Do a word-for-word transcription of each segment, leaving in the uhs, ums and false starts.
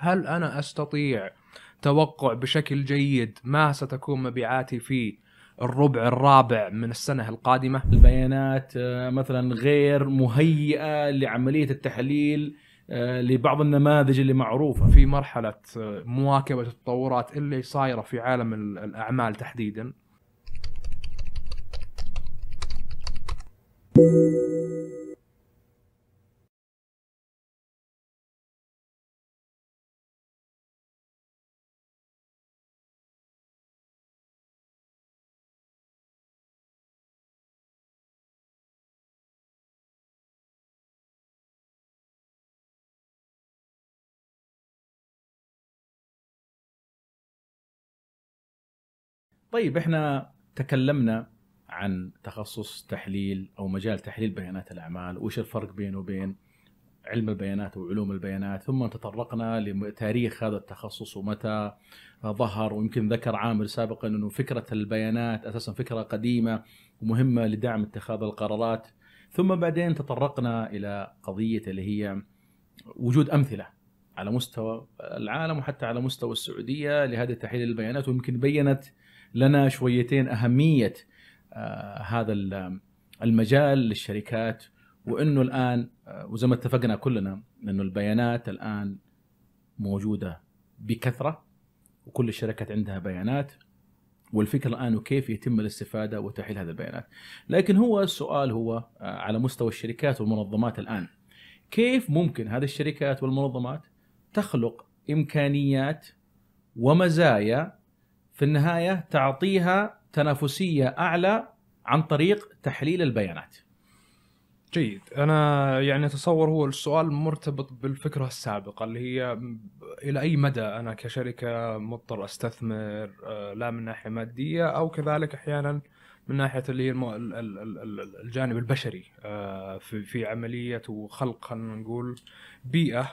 هل أنا أستطيع توقع بشكل جيد ما ستكون مبيعاتي في الربع الرابع من السنة القادمة؟ البيانات مثلا غير مهيئة لعملية التحليل لبعض النماذج اللي معروفة في مرحلة مواكبة التطورات اللي صايرة في عالم الأعمال تحديدا. طيب احنا تكلمنا عن تخصص تحليل او مجال تحليل بيانات الاعمال، وش الفرق بينه وبين علم البيانات وعلوم البيانات، ثم تطرقنا لتاريخ هذا التخصص ومتى ظهر. ويمكن ذكر عامر سابقا انه فكرة البيانات اساسا فكرة قديمة ومهمة لدعم اتخاذ القرارات. ثم بعدين تطرقنا الى قضية اللي هي وجود امثلة على مستوى العالم وحتى على مستوى السعودية لهذا تحليل البيانات، ويمكن بينت لنا شويتين أهمية آه هذا المجال للشركات، وأنه الآن آه وزي ما اتفقنا كلنا أنه البيانات الآن موجودة بكثرة وكل الشركات عندها بيانات، والفكرة الآن كيف يتم الاستفادة وتحليل هذه البيانات. لكن هو السؤال هو آه على مستوى الشركات والمنظمات الآن، كيف ممكن هذه الشركات والمنظمات تخلق إمكانيات ومزايا في النهاية تعطيها تنافسية أعلى عن طريق تحليل البيانات؟ جيد. أنا يعني أتصور هو السؤال مرتبط بالفكرة السابقة اللي هي إلى أي مدى أنا كشركة مضطر أستثمر لا من ناحية مادية أو كذلك أحيانا من ناحية اللي هي الجانب البشري في في عملية وخلق خلينا نقول بيئة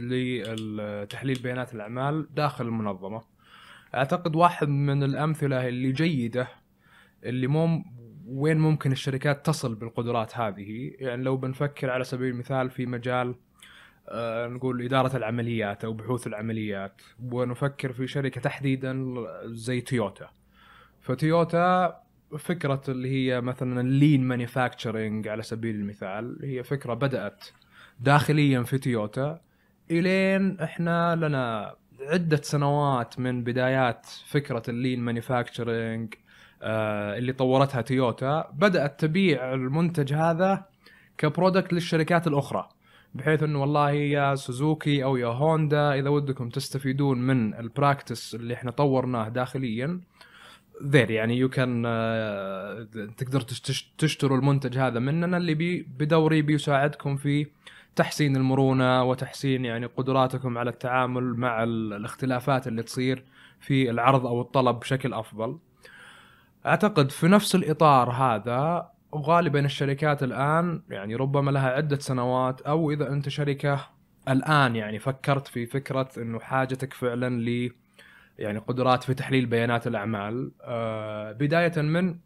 لتحليل بيانات الأعمال داخل المنظمة. أعتقد واحد من الأمثلة اللي جيدة اللي مم وين ممكن الشركات تصل بالقدرات هذه، يعني لو بنفكر على سبيل المثال في مجال آه نقول إدارة العمليات أو بحوث العمليات، ونفكر في شركة تحديدا زي تويوتا. فتويوتا فكرة اللي هي مثلا اللين مانيفاكتشرينج على سبيل المثال هي فكرة بدأت داخليا في تويوتا، إلين إحنا لنا عدة سنوات من بدايات فكرة اللين مانيفاكتشرينج آه اللي طورتها تويوتا، بدأت تبيع المنتج هذا كبرودكت للشركات الأخرى، بحيث إنه والله يا سوزوكي أو يا هوندا إذا ودكم تستفيدون من البراكتس اللي إحنا طورناه داخليا ذير، يعني يو كان تقدر تشتروا المنتج هذا مننا اللي بي بدوري بيساعدكم في تحسين المرونة وتحسين يعني قدراتكم على التعامل مع الاختلافات اللي تصير في العرض أو الطلب بشكل أفضل. أعتقد في نفس الإطار هذا غالبا الشركات الآن يعني ربما لها عدة سنوات، أو إذا أنت شركة الآن يعني فكرت في فكرة إنه حاجتك فعلا ل يعني قدرات في تحليل بيانات الأعمال، آه بداية من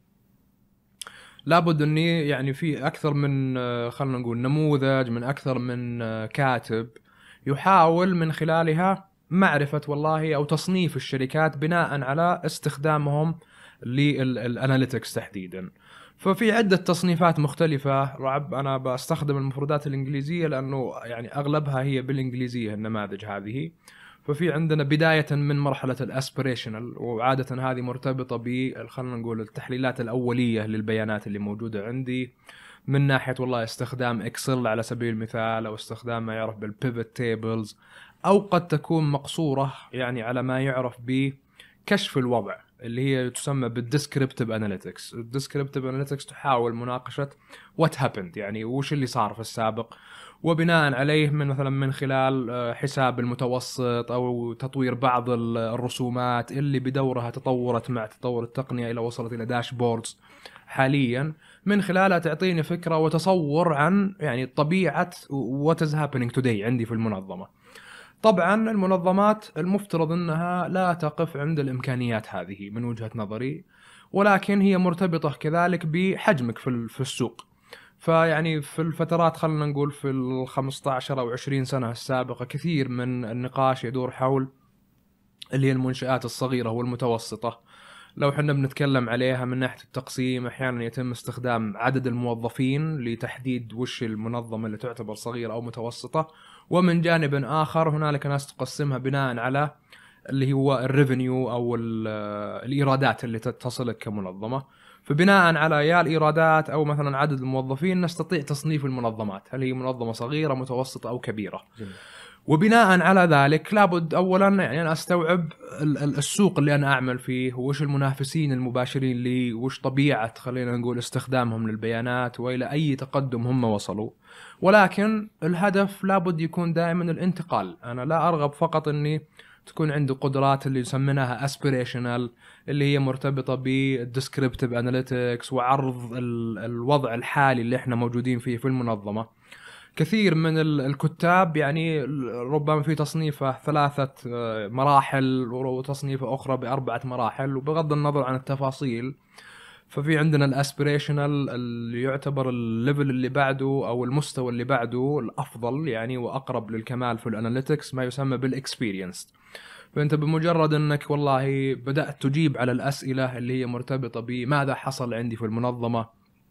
لابد أني يعني في أكثر من آه خلنا نقول نموذج من أكثر من آه كاتب يحاول من خلالها معرفة والله أو تصنيف الشركات بناء على استخدامهم للأناليتكس تحديدا. ففي عدة تصنيفات مختلفة. رعب أنا بستخدم المفردات الإنجليزية لأنه يعني أغلبها هي بالإنجليزية النماذج هذه. ففي عندنا بداية من مرحلة الاسبريشنال، وعادة هذه مرتبطة ب خلينا نقول التحليلات الأولية للبيانات اللي موجودة عندي، من ناحية والله استخدام اكسل على سبيل المثال، أو استخدام ما يعرف بالبيفت تيبلز، أو قد تكون مقصورة يعني على ما يعرف بكشف الوضع اللي هي تسمى بالديسكريبتيف اناليتكس. الديسكريبتيف اناليتكس تحاول مناقشة وات هابند، يعني وش اللي صار في السابق، وبناء عليه من مثلا من خلال حساب المتوسط او تطوير بعض الرسومات اللي بدورها تطورت مع تطور التقنية الى وصلت الى داشبوردز حاليا، من خلالها تعطيني فكرة وتصور عن يعني طبيعة what is happening today عندي في المنظمة. طبعا المنظمات المفترض انها لا تقف عند الامكانيات هذه من وجهة نظري، ولكن هي مرتبطة كذلك بحجمك في السوق. فيعني في الفترات خلنا نقول في ال خمسة عشر أو عشرين سنة السابقة كثير من النقاش يدور حول اللي هي المنشآت الصغيرة والمتوسطة. لو حنا بنتكلم عليها من ناحية التقسيم، أحيانا يتم استخدام عدد الموظفين لتحديد وش المنظمة اللي تعتبر صغيرة أو متوسطة، ومن جانب آخر هنالك ناس تقسمها بناء على اللي هو الريفينيو أو الإيرادات اللي تصلك كمنظمة. فبناء على يا الإيرادات أو مثلا عدد الموظفين نستطيع تصنيف المنظمات، هل هي منظمة صغيرة متوسطة أو كبيرة. جميل. وبناء على ذلك لابد أولا يعني أنا أستوعب السوق اللي أنا أعمل فيه، وش المنافسين المباشرين لي، وش طبيعة خلينا نقول استخدامهم للبيانات، وإلى أي تقدم هم وصلوا. ولكن الهدف لابد يكون دائما الانتقال. أنا لا أرغب فقط أني تكون عندي قدرات اللي يسميناها aspirational اللي هي مرتبطة بالديسكريبتيف اناليتكس وعرض الوضع الحالي اللي احنا موجودين فيه في المنظمة. كثير من الكتاب يعني ربما في تصنيفه ثلاثة مراحل وتصنيفه أخرى بأربعة مراحل، وبغض النظر عن التفاصيل ففي عندنا الاسبريشنال اللي يعتبر الليفل اللي بعده أو المستوى اللي بعده الأفضل يعني وأقرب للكمال في الاناليتكس، ما يسمى بالاكسبيرينس. فأنت بمجرد أنك والله بدأت تجيب على الأسئلة اللي هي مرتبطة بماذا حصل عندي في المنظمة،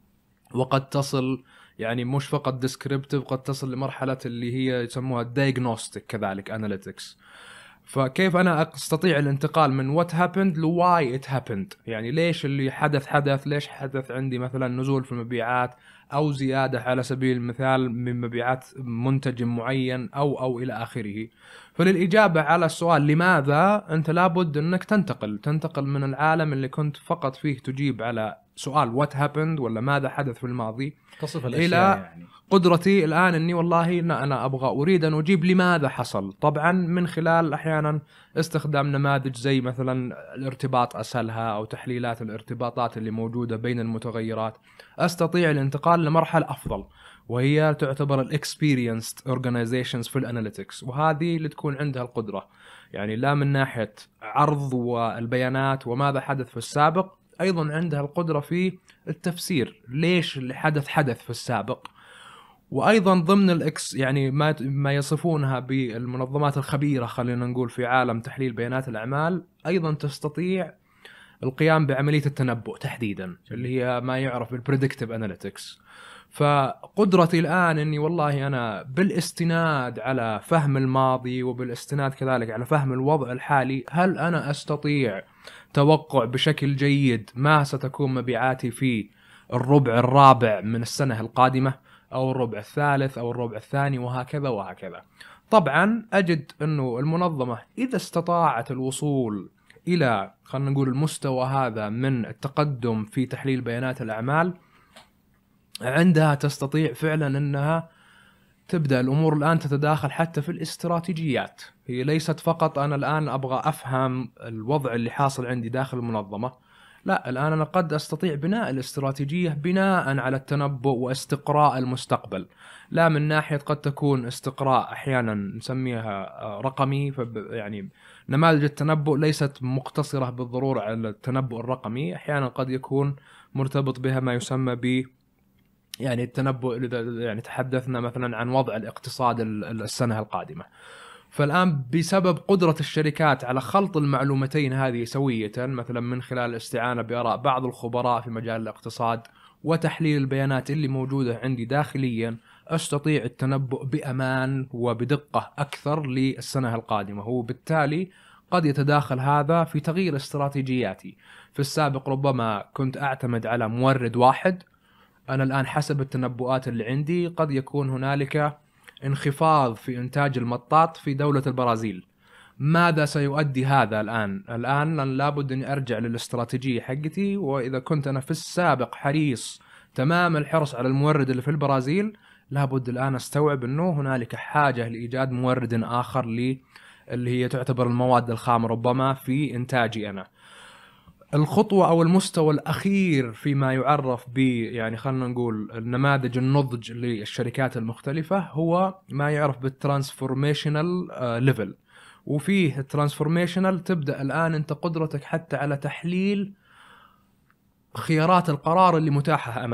وقد تصل يعني مش فقط ديسكريبتيف، قد تصل لمرحلة اللي هي يسموها diagnostic كذلك analytics. فكيف أنا أستطيع الانتقال من what happened ل why it happened، يعني ليش اللي حدث حدث، ليش حدث عندي مثلا نزول في المبيعات أو زيادة على سبيل المثال من مبيعات منتج معين أو أو إلى آخره. فللإجابة على السؤال لماذا، أنت لابد أنك تنتقل تنتقل من العالم اللي كنت فقط فيه تجيب على سؤال what happened ولا ماذا حدث في الماضي، تصف الأشياء إلى يعني. قدرتي الآن أني والله أنا أبغى أريد أن أجيب لماذا حصل، طبعا من خلال أحيانا استخدام نماذج زي مثلا الارتباط أسهلها أو تحليلات الارتباطات اللي موجودة بين المتغيرات، أستطيع الانتقال لمرحلة أفضل وهي تعتبر الإكسبيرينسد أورجانيزيشنز في الأناليتكس. وهذه اللي تكون عندها القدرة يعني لا من ناحية عرض والبيانات وماذا حدث في السابق، أيضا عندها القدرة في التفسير ليش اللي حدث حدث في السابق. وأيضا ضمن الإكس يعني ما ما يصفونها بالمنظمات الخبيرة خلينا نقول في عالم تحليل بيانات الأعمال، أيضا تستطيع القيام بعملية التنبؤ تحديدا اللي هي ما يعرف بالبريدكتيف أناليتكس. فقدرتي الآن أني والله أنا بالاستناد على فهم الماضي وبالاستناد كذلك على فهم الوضع الحالي، هل أنا أستطيع توقع بشكل جيد ما ستكون مبيعاتي في الربع الرابع من السنة القادمة أو الربع الثالث أو الربع الثاني وهكذا وهكذا. طبعا أجد أنه المنظمة إذا استطاعت الوصول إلى خلينا نقول المستوى هذا من التقدم في تحليل بيانات الأعمال، عندها تستطيع فعلا أنها تبدأ الأمور الآن تتداخل حتى في الاستراتيجيات. هي ليست فقط أنا الآن أبغى أفهم الوضع اللي حاصل عندي داخل المنظمة، لا، الآن أنا قد أستطيع بناء الاستراتيجية بناء على التنبؤ واستقراء المستقبل، لا من ناحية قد تكون استقراء أحيانا نسميها رقمي، يعني نماذج التنبؤ ليست مقتصرة بالضرورة على التنبؤ الرقمي، أحيانا قد يكون مرتبط بها ما يسمى ب يعني التنبؤ إذا يعني تحدثنا مثلا عن وضع الاقتصاد السنة القادمة. فالآن بسبب قدرة الشركات على خلط المعلومتين هذه سوية مثلا من خلال الاستعانة بآراء بعض الخبراء في مجال الاقتصاد وتحليل البيانات اللي موجودة عندي داخليا، أستطيع التنبؤ بأمان وبدقة أكثر للسنة القادمة. وبالتالي قد يتداخل هذا في تغيير استراتيجياتي. في السابق ربما كنت أعتمد على مورد واحد، أنا الآن حسب التنبؤات اللي عندي قد يكون هنالك انخفاض في إنتاج المطاط في دولة البرازيل. ماذا سيؤدي هذا الآن؟ الآن لابد أن أرجع للاستراتيجية حقتي، وإذا كنت أنا في السابق حريص تمام الحرص على المورد اللي في البرازيل، لابد الآن أستوعب أنه هنالك حاجة لإيجاد مورد آخر لي اللي هي تعتبر المواد الخام ربما في إنتاجي أنا. الخطوة أو المستوى الأخير فيما يعرف ب يعني خلنا نقول النماذج النضج للشركات المختلفة هو ما يعرف بالترانسفورميشنال ليفل. وفيه الترانسفورميشنال تبدأ الآن أنت قدرتك حتى على تحليل خيارات القرار اللي متاحة أمامي،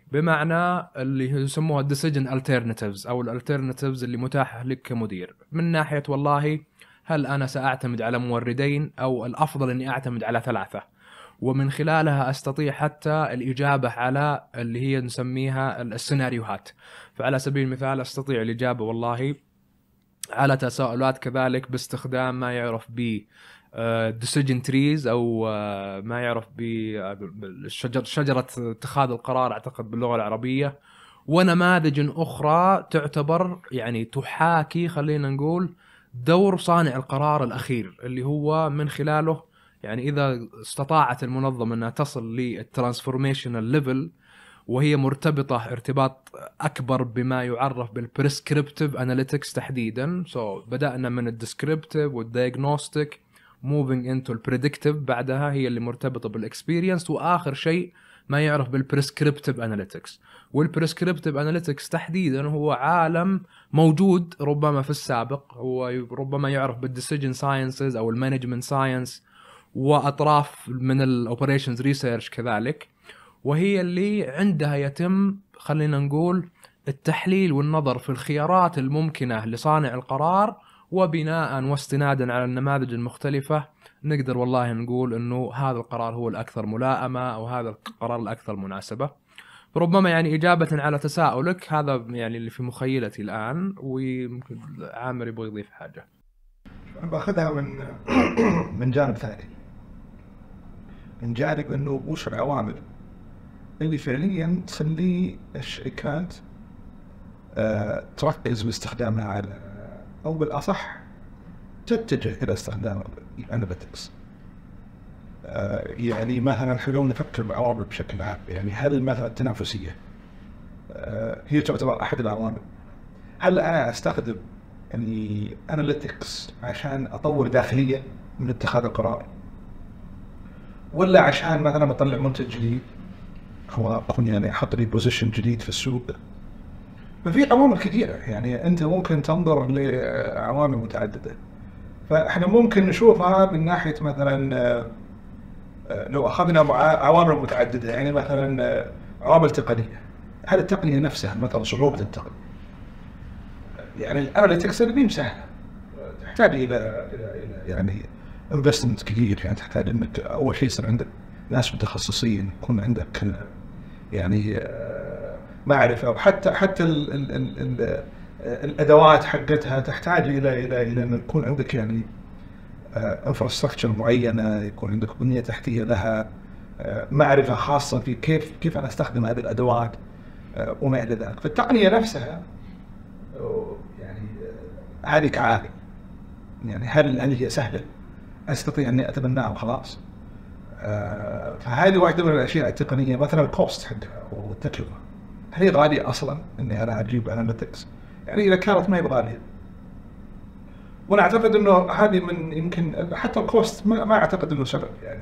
بمعنى اللي يسموها decision alternatives أو الالترناتيفز اللي متاحة لك كمدير، من ناحية والله هل أنا سأعتمد على موردين أو الأفضل أني أعتمد على ثلاثة، ومن خلالها أستطيع حتى الإجابة على اللي هي نسميها السيناريوهات. فعلى سبيل المثال أستطيع الإجابة والله على تساؤلات كذلك باستخدام ما يعرف ب decision trees أو ما يعرف بالشجر شجرة اتخاذ القرار أعتقد باللغة العربية، ونماذج أخرى تعتبر يعني تحاكي خلينا نقول دور صانع القرار الأخير، اللي هو من خلاله يعني إذا استطاعت المنظمة أنها تصل للترانسفورميشنال ليفل وهي مرتبطة ارتباط أكبر بما يعرف بالبريسكريبتيف أناليتكس تحديداً. so بدأنا من الديسكريبتيف والدياغنوستيك moving into البريدكتيف، بعدها هي اللي مرتبطة بالإكسبيرينس، وآخر شيء ما يعرف بالبريسكريبتيف أناليتكس. والبريسكريبتيف أناليتكس تحديداً هو عالم موجود ربما في السابق، هو ربما يعرف بالديسيجن ساينسز أو المانجمنت ساينس وأطراف من الأوبريشنز ريسيرش كذلك، وهي اللي عندها يتم خلينا نقول التحليل والنظر في الخيارات الممكنة لصانع القرار، وبناء واستنادا على النماذج المختلفة نقدر والله نقول انه هذا القرار هو الاكثر ملائمة او هذا القرار الاكثر مناسبة. ربما يعني اجابة على تساؤلك هذا يعني اللي في مخيلتي الان، ويمكن عامر يبغى يضيف حاجة. باخذها من من جانب ثاني، من جانب انه وش العوامل اللي فعليا تخلي الشركات أه تركز باستخدامها على، او بالاصح تتجه الى استخدام الاناليتكس. أه يعني مثلا حلول نفكر بالعوامل بشكل عام، يعني هل مثلا التنافسيه أه هي تعتبر احد العوامل؟ هل انا استخدم يعني اناليتكس عشان اطور داخليا من اتخاذ القرار، ولا عشان مثلا اطلع منتج جديد هو أكون يعني أحط لي بوزيشن جديد في السوق؟ ففي عوامل كثيرة، يعني أنت ممكن تنظر لعوامل متعددة. فإحنا ممكن نشوفها من ناحية مثلا لو أخذنا عوامل متعددة، يعني مثلا عوامل تقنية، هل التقنية نفسها مثلا صعوبة التقنية؟ يعني الأناليتكس اللي سهلة، تحتاج إلى إلى يعني انفستمنت كثير، يعني تحتاج إنك أول شيء يصير عندك ناس متخصصين، يكون عندك يعني معرفة، وحتى حتى ال ال ال ال الأدوات حقتها تحتاج إلى إلى إلى أن يكون عندك يعني انفراستراكشر معينة، يكون عندك بنية تحتية لها، معرفة خاصة في كيف كيف أنا أستخدم هذه الأدوات وما إلى ذلك. فالتقنية نفسها يعني عالي كعالي، يعني هل هل هي سهلة أستطيع أني أتبناها وخلاص؟ آه فهذه واحدة من الأشياء التقنية. مثلا الكوست حقها والتكلفة، هل هي غالية أصلا إني أنا أجيب أناليتكس؟ يعني إذا كانت ما هي غالية، وأنا أعتقد إنه هذه من يمكن حتى الكوست ما, ما أعتقد إنه سبب يعني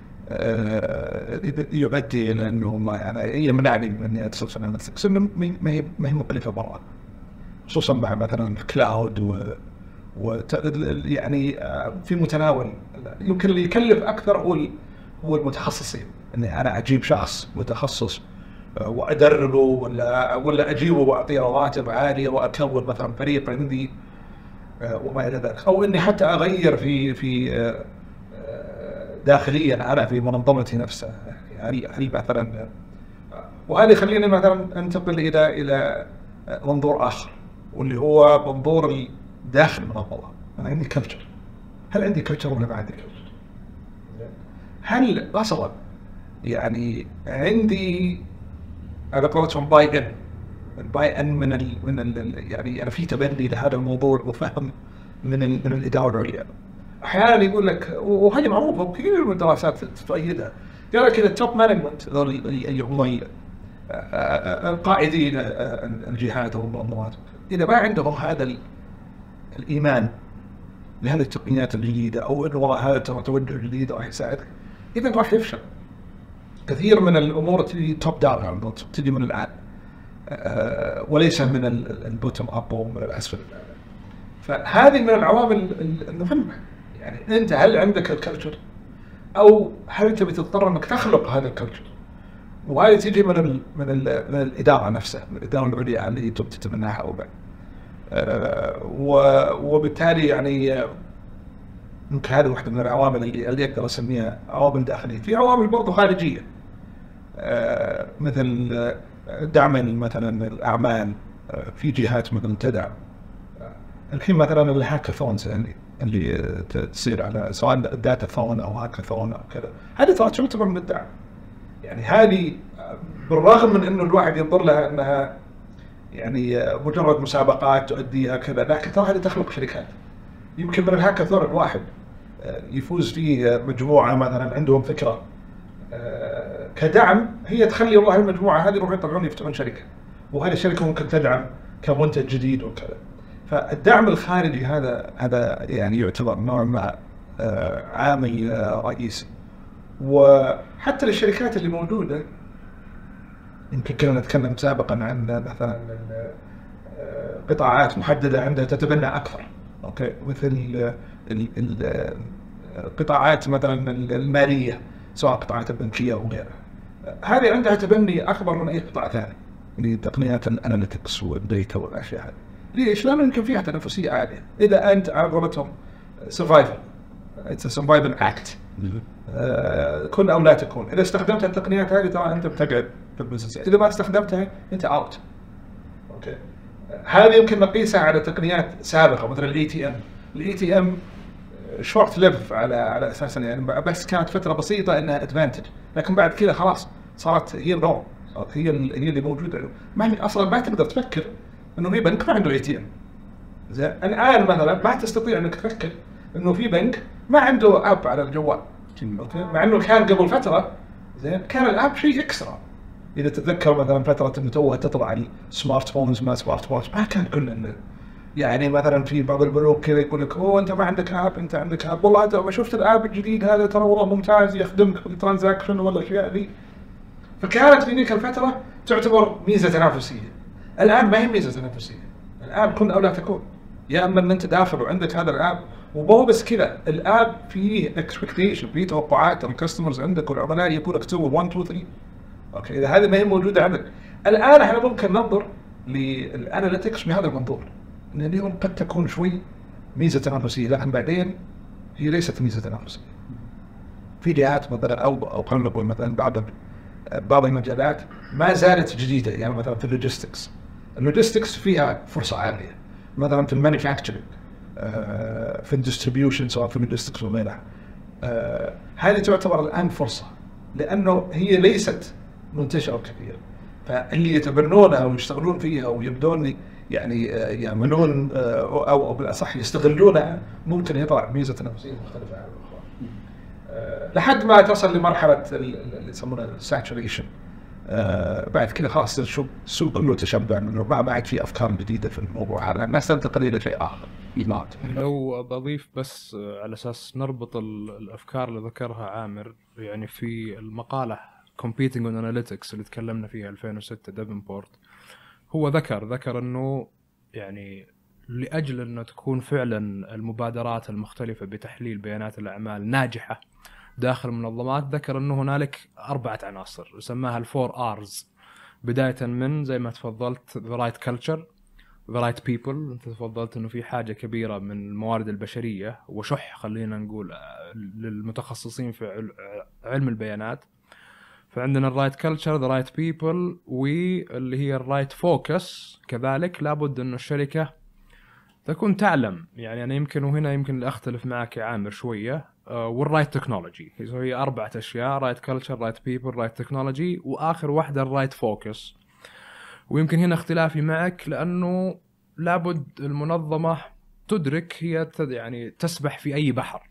آه يؤدي إلى إنه ما يعني هي منعني من إني أتصل أناليتكس، إنه ما هي ما هي مكلفة برا، خصوصا مع مثلا الكلاود و و يعني في متناول. يمكن اللي يكلف أكثر هو هو المتخصصين، إني أنا أجيب شخص متخصص وأدربه، ولا ولا أجيبه وأعطيه رواتب عالية وأكون مثلا فريق عندي وما إلى ذلك، أو إني حتى أغير في في داخليا أنا في منظمتي نفسها، يعني هل مثلا. وهذا يخليني مثلا أنتقل إلى إلى منظور آخر، واللي هو منظور داخل المنظمة. أنا عندي كلتشر، هل عندي كلتشر ولا ما عندي كلتشر؟ هل أصلا يعني عندي على قولتهم باي ان باي ان من ال من ال يعني أنا في تبني لهذا الموضوع وفهم من ال من الإدارة العليا. أحيانا يقول لك، وهذه معروفة كثير من الدراسات تؤيدها، قال لك التوب مانجمنت اللي هم القائدين الجهات والمنظمات إذا ما عندهم هذا الإيمان لهذه التقنيات الجديدة، أو إنه والله هذا توجه جديد راح يساعدك، إذا راح يفشل. كثير من الأمور تجي توب داون، تجي من الأعلى أه وليس من البوتوم أب أو من الأسفل. فهذه من العوامل المهمة. يعني أنت هل عندك الكلتشر، أو هل أنت بتضطر إنك تخلق هذا الكلتشر؟ وهذه تيجي من ال من ال من الاداره نفسها، من الاداره العليا اللي انتم تتبناها او بعد. وبالتالي يعني يمكن هذه واحده من العوامل اللي اللي اقدر اسميها عوامل داخليه. في عوامل برضه خارجيه مثل دعم مثلا الاعمال، في جهات مثلا تدعم. الحين مثلا الهاكاثونز اللي اللي تصير على سواء داتا ثون او هاكاثون او كذا، هذه ترى تعتبر من الدعم. يعني هذه بالرغم من انه الواحد ينظر لها انها يعني مجرد مسابقات تؤديها كذا، لكن ترى هذه تخلق شركات. يمكن من الهاكاثون الواحد يفوز فيه مجموعه مثلا عندهم فكره كدعم، هي تخلي والله المجموعه هذه يروحون يطلعون يفتحون شركه، وهذه الشركه ممكن تدعم كمنتج جديد وكذا. فالدعم الخارجي هذا هذا يعني يعتبر نوع ما عامل رئيسي. وحتى للشركات اللي موجوده، يمكن كنا نتكلم سابقا عن مثلا قطاعات محدده عندها تتبنى اكثر، اوكي، مثل القطاعات مثلا الماليه سواء قطاعات البنكيه او غيرها، هذه عندها تبني اكبر من اي قطاع ثاني لتقنيات الاناليتكس والديتا والاشياء هذه. ليش؟ لأنه يمكن فيها تنافسيه عاليه. اذا انت عبرتهم سرفايفل، اتس سرفايفل اكت، كن او لا تكون. اذا استخدمت التقنيات هذه ترى انت بتقعد في البزنس، اذا ما استخدمتها انت اوت. اوكي، هذه يمكن نقيسها على تقنيات سابقه مثل الاي تي ام. الاي تي ام شورت ليف على على اساس يعني بس كانت فتره بسيطه انها ادفانتج، لكن بعد كذا خلاص صارت هي النورم، هي هي اللي موجوده. ما اصلا ما تقدر تفكر انه في بنك ما عنده اي تي ام. زين، الان مثلا ما تستطيع انك تفكر انه في بنك ما عنده اب على الجوال. اوكي، مع انه كان قبل فتره زين كان الاب شيء اكسترا. اذا تتذكر مثلا فتره انه توها تطلع السمارت فونز ما سمارت فونز، ما كان كلنا يعني مثلا في بعض البنوك كذا يقول لك اوه انت ما عندك اب، انت عندك اب، والله انت ما شفت الاب الجديد هذا ترى والله ممتاز يخدمك في الترانزاكشن ولا الاشياء ذي. فكانت في ذيك الفتره تعتبر ميزه تنافسيه. الان ما هي ميزه تنافسيه، الان كن او لا تكون، يا اما ان انت داخل وعندك هذا الاب ومو بس كذا، الاب فيه اكسبكتيشن، فيه توقعات الكاستمرز عندك والعملاء يقولك تسوي واحد اثنين ثلاثة. اوكي، اذا هذه ما هي موجوده عندك الان، احنا ممكن ننظر للاناليتكس بهذا المنظور، ان اليوم قد تكون شوي ميزه تنافسيه، لكن بعدين هي ليست ميزه تنافسيه. في جهات مثلا او او خلينا نقول مثلا بعض بعض المجالات ما زالت جديده، يعني مثلا في اللوجيستكس. اللوجيستكس فيها فرصه عاليه، مثلا في المانيفاكتشرنج، في الديستريبيوشن سواء في اللوجيستكس وغيرها. هذه تعتبر الان فرصه، لانه هي ليست منتشره كثير، فاللي يتبنونها ويشتغلون فيها ويبدون يعني يعملون او او بالاصح يستغلونها، ممكن يطلع ميزه تنافسيه مختلفه عن الاخرى لحد ما تصل لمرحله اللي يسمونها الساتوريشن. بعد كذا خلاص السوق السوق كله تشبع منه، ما عاد في افكار جديده في الموضوع هذا، الناس تنتقل الى شيء اخر. لو بضيف بس على اساس نربط الافكار اللي ذكرها عامر، يعني في المقاله Competing on Analytics اللي تكلمنا فيها ألفين وستة ديفنبورت، هو ذكر ذكر انه يعني لاجل انه تكون فعلا المبادرات المختلفه بتحليل بيانات الاعمال ناجحه داخل المنظمات، ذكر انه هنالك اربعه عناصر سماها الفور ارز، بدايه من زي ما تفضلت the right culture، the right people، انت تفضلت انه في حاجه كبيره من الموارد البشريه وشح خلينا نقول للمتخصصين في علم البيانات، فعندنا الرايت كلتشر، ذا رايت بيبل، واللي هي الرايت فوكس. كذلك لابد انه الشركه تكون تعلم، يعني انا يمكن وهنا يمكن اختلف معك يا عامر شويه، والرايت تكنولوجي. هي اربعه اشياء: رايت كلتشر، رايت بيبل، رايت تكنولوجي، واخر واحده الرايت فوكس. ويمكن هنا اختلافي معك، لانه لابد المنظمه تدرك هي يعني تسبح في اي بحر.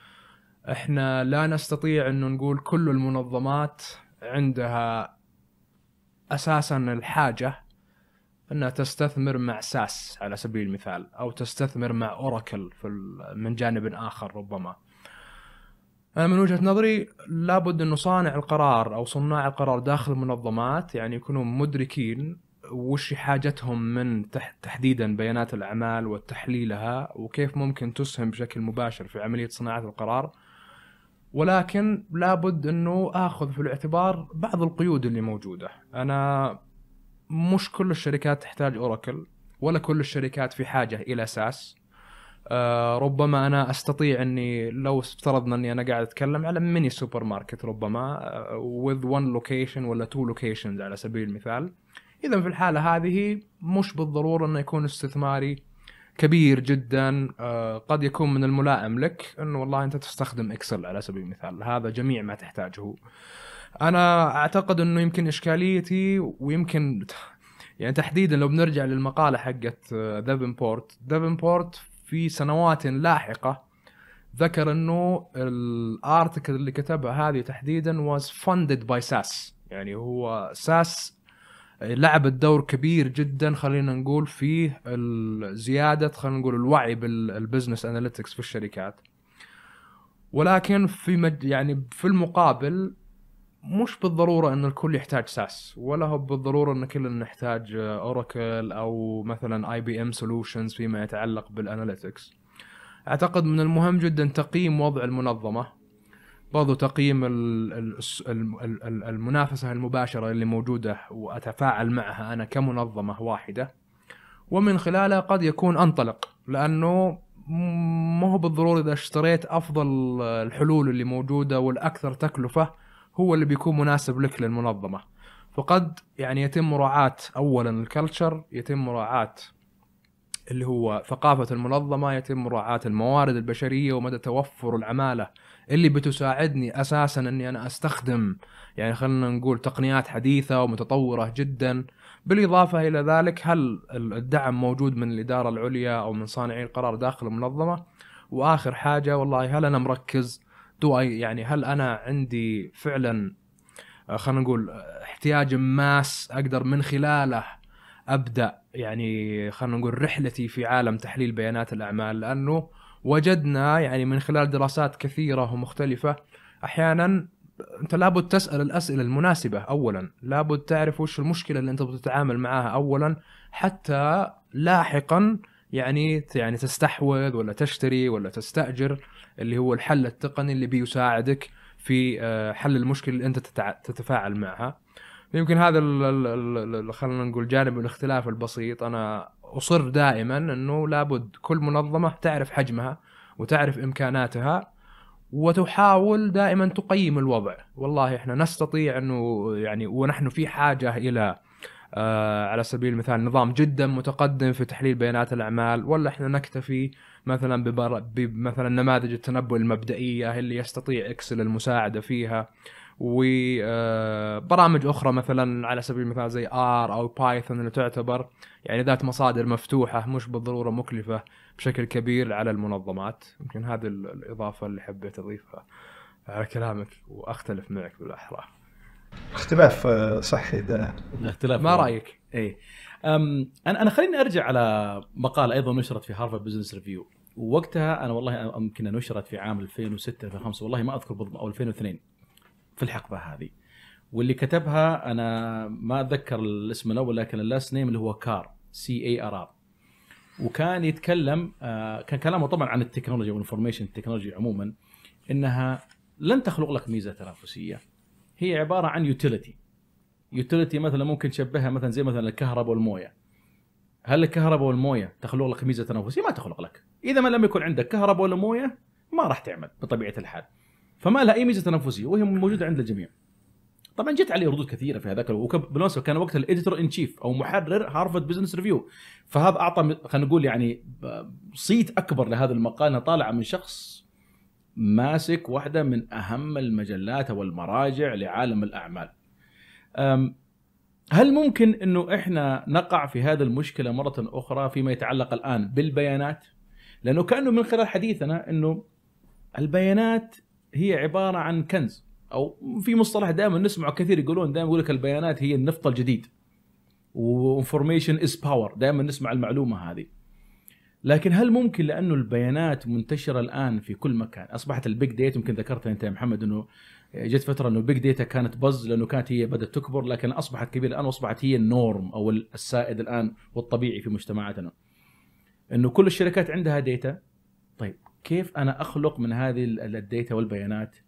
احنا لا نستطيع انه نقول كل المنظمات عندها اساسا الحاجه انها تستثمر مع ساس على سبيل المثال، او تستثمر مع اوراكل في من جانب اخر. ربما انا من وجهه نظري لابد انه صانع القرار او صناع القرار داخل المنظمات يعني يكونوا مدركين وش حاجتهم من تحديدا بيانات الاعمال وتحليلها، وكيف ممكن تسهم بشكل مباشر في عمليه صناعه القرار، ولكن لابد أنه أخذ في الاعتبار بعض القيود اللي موجودة. أنا مش كل الشركات تحتاج أوراكل، ولا كل الشركات في حاجة إلى ساس. آه ربما أنا أستطيع أني لو افترضنا أني أنا قاعد أتكلم على ميني سوبر ماركت ربما آه with one location ولا two locations على سبيل المثال، إذا في الحالة هذه مش بالضرورة أنه يكون استثماري كبير جدا. آه قد يكون من الملائم لك أنه والله أنت تستخدم إكسل على سبيل المثال، هذا جميع ما تحتاجه. أنا أعتقد أنه يمكن إشكاليتي ويمكن يعني تحديدا لو بنرجع للمقالة حقت دافنبورت دافنبورت في سنوات لاحقة ذكر أنه الارتكل اللي كتبها هذه تحديدا was funded by ساس، يعني هو ساس لعبت دور كبير جدا خلينا نقول في زيادة خلينا نقول الوعي بالبزنس اناليتكس في الشركات. ولكن في مج يعني في المقابل مش بالضرورة أن الكل يحتاج ساس، ولا هو بالضرورة أن كلنا نحتاج أوراكل أو مثلا آي بي إم Solutions فيما يتعلق بالأناليتكس. أعتقد من المهم جدا تقييم وضع المنظمة، برضو تقييم المنافسة المباشرة اللي موجودة وأتفاعل معها أنا كمنظمة واحدة، ومن خلالها قد يكون أنطلق، لأنه ما هو بالضرورة إذا اشتريت أفضل الحلول اللي موجودة والأكثر تكلفة هو اللي بيكون مناسب لك للمنظمة. فقد يعني يتم مراعاة أولا الكالتشر، يتم مراعاة اللي هو ثقافة المنظمة، يتم مراعاة الموارد البشرية ومدى توفر العمالة اللي بتساعدني أساسا أني أنا أستخدم يعني خلنا نقول تقنيات حديثة ومتطورة جدا. بالإضافة إلى ذلك هل الدعم موجود من الإدارة العليا أو من صانعي القرار داخل المنظمة. وآخر حاجة والله هل أنا مركز دو يعني هل أنا عندي فعلا خلنا نقول احتياج ماس أقدر من خلاله أبدأ يعني خلنا نقول رحلتي في عالم تحليل بيانات الأعمال. لأنه وجدنا يعني من خلال دراسات كثيرة ومختلفة أحيانا أنت لابد تسأل الأسئلة المناسبة أولا، لابد تعرف وش المشكلة اللي أنت بتتعامل معها أولا، حتى لاحقا يعني يعني تستحوذ ولا تشتري ولا تستأجر اللي هو الحل التقني اللي بيساعدك في حل المشكلة اللي أنت تتفاعل معها. يمكن هذا خلينا نقول جانب الاختلاف البسيط. أنا أصر دائما أنه لابد كل منظمة تعرف حجمها وتعرف إمكاناتها وتحاول دائما تقيم الوضع. والله إحنا نستطيع أنه يعني ونحن في حاجة إلى آه على سبيل المثال نظام جدا متقدم في تحليل بيانات الأعمال، ولا إحنا نكتفي مثلا بمثلا نماذج التنبؤ المبدئية اللي يستطيع إكسل المساعدة فيها، وبرامج أخرى مثلا على سبيل المثال زي آر أو بايثون اللي تعتبر يعني ذات مصادر مفتوحة مش بالضرورة مكلفة بشكل كبير على المنظمات. يمكن هذه الإضافة اللي حبيت أضيفها على كلامك وأختلف معك بالأحرى. اختلاف صحي ده. اختلاف ما رأيك؟ ايه أم انا انا خليني ارجع على مقاله ايضا نشرت في هارفارد بزنس ريفيو، ووقتها انا والله يمكن نشرت في عام ألفين وستة ألفين وخمسة والله ما اذكر بالضبط، او ألفين واثنين في الحقبه هذه. واللي كتبها انا ما اتذكر الاسم الاول لكن اللاست نيم اللي هو كار سي اي ار ار، وكان يتكلم آه كان كلامه طبعا عن التكنولوجيا والانفورميشن تكنولوجي عموما، انها لن تخلق لك ميزه تنافسيه، هي عباره عن يوتيليتي. يوتيليتي مثلا ممكن تشبهها مثلا زي مثلا الكهرباء والمويه. هل الكهرباء والمويه تخلق لك ميزه تنافسيه؟ ما تخلق لك. اذا ما لم يكن عندك كهرباء ولا مويه ما راح تعمل بطبيعه الحال، فما لها اي ميزه تنافسيه وهي موجوده عند الجميع. طبعا جت عليه ردود كثيره في هذاك الوقت، بالمناسبه كان وقت الاديتور ان تشيف او محرر هارفارد بزنس ريفيو، فهذا اعطى خلينا نقول يعني صيت اكبر لهذا المقال، طالع من شخص ماسك واحده من اهم المجلات والمراجع لعالم الاعمال. هل ممكن انه احنا نقع في هذه المشكله مره اخرى فيما يتعلق الان بالبيانات؟ لانه كانه من خلال حديثنا انه البيانات هي عباره عن كنز، او في مصطلح دائما نسمعه كثير يقولون دائما يقول لك البيانات هي النفط الجديد وانفورميشن از باور، دائما نسمع المعلومه هذه. لكن هل ممكن لانه البيانات منتشره الان في كل مكان، اصبحت البيج داتا، يمكن ذكرتها انت يا محمد انه جت فتره انه البيج داتا كانت بز لانه كانت هي بدات تكبر، لكن اصبحت كبيره الان واصبحت هي النورم او السائد الان والطبيعي في مجتمعاتنا، انه كل الشركات عندها داتا. طيب كيف انا اخلق من هذه الداتا والبيانات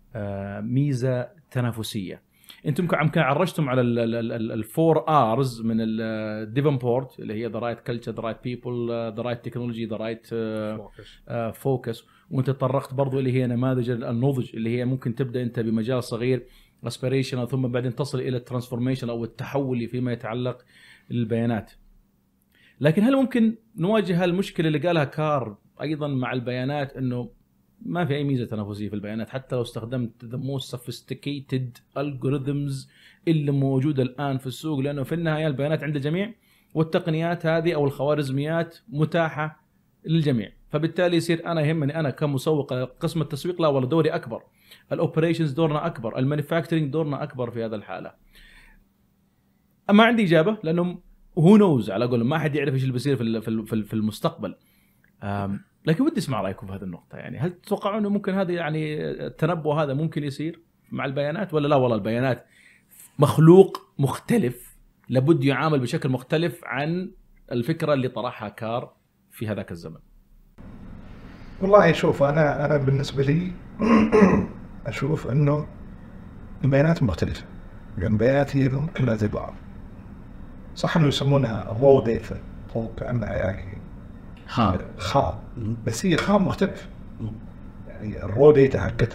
ميزه تنافسيه. انتم يمكن عرجتم على الفور ارز من الديفنبورت اللي هي ذا رايت كلتشر، ذا رايت بيبل، ذا رايت تكنولوجي، ذا رايت فوكس. وانت تطرقت برضو اللي هي نماذج النضج اللي هي ممكن تبدا انت بمجال صغير اسبيريشن ثم بعدين تصل الى الترانسفورميشن او التحول فيما يتعلق بالبيانات. لكن هل ممكن نواجه المشكله اللي قالها كار ايضا مع البيانات، انه ما في اي ميزه تنافسيه في البيانات حتى لو استخدمت the most sophisticated algorithms اللي موجوده الان في السوق، لانه في النهايه البيانات عند الجميع والتقنيات هذه او الخوارزميات متاحه للجميع. فبالتالي يصير انا يهمني انا كمسوق قسم التسويق، لا والله دوري اكبر، الاوبريشنز دورنا اكبر، المانيفاكتشرنج دورنا اكبر في هذا الحاله. ما عندي اجابه لانه هو نوز على قولهم، ما حد يعرف ايش اللي بيصير في في المستقبل. لكن ودي اسمع رايكم في هذه النقطه. يعني هل تتوقعون انه ممكن هذا يعني التنبؤ هذا ممكن يصير مع البيانات، ولا لا والله البيانات مخلوق مختلف لابد يعامل بشكل مختلف عن الفكره اللي طرحها كار في هذاك الزمن؟ والله شوف، انا انا بالنسبه لي اشوف انه البيانات مختلفه. يعني البيانات هي كلها زي بعض. صح انه يسمونها رو داتا او كانها يعني خام خام بس هي خام مختلف. يعني الرو داتا حقت